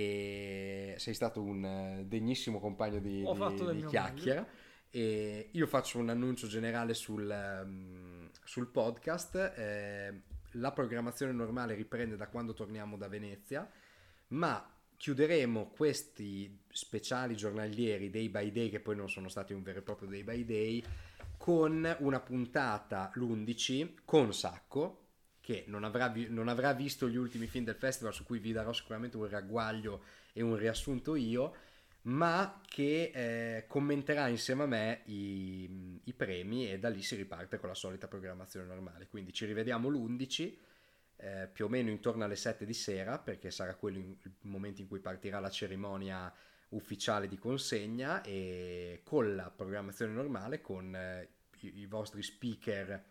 e sei stato un degnissimo compagno di, di, di chiacchiera meglio. E io faccio un annuncio generale sul, um, sul podcast. eh, la programmazione normale riprende da quando torniamo da Venezia, ma chiuderemo questi speciali giornalieri day by day, che poi non sono stati un vero e proprio day by day, con una puntata l'undici con Sacco, che non avrà, vi- non avrà visto gli ultimi film del festival, su cui vi darò sicuramente un ragguaglio e un riassunto io, ma che eh, commenterà insieme a me i, i premi e da lì si riparte con la solita programmazione normale. Quindi ci rivediamo l'undici, eh, più o meno intorno alle sette di sera, perché sarà quello in, il momento in cui partirà la cerimonia ufficiale di consegna, e con la programmazione normale, con eh, i, i vostri speaker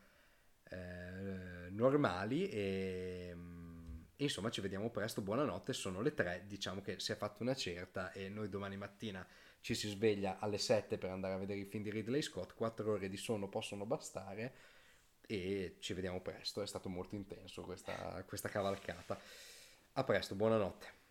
eh, normali e, e insomma ci vediamo presto. Buonanotte, sono le tre, diciamo che si è fatta una certa e noi domani mattina ci si sveglia alle sette per andare a vedere i film di Ridley Scott. Quattro ore di sonno possono bastare e ci vediamo presto. È stato molto intenso questa, questa cavalcata. A presto, buonanotte.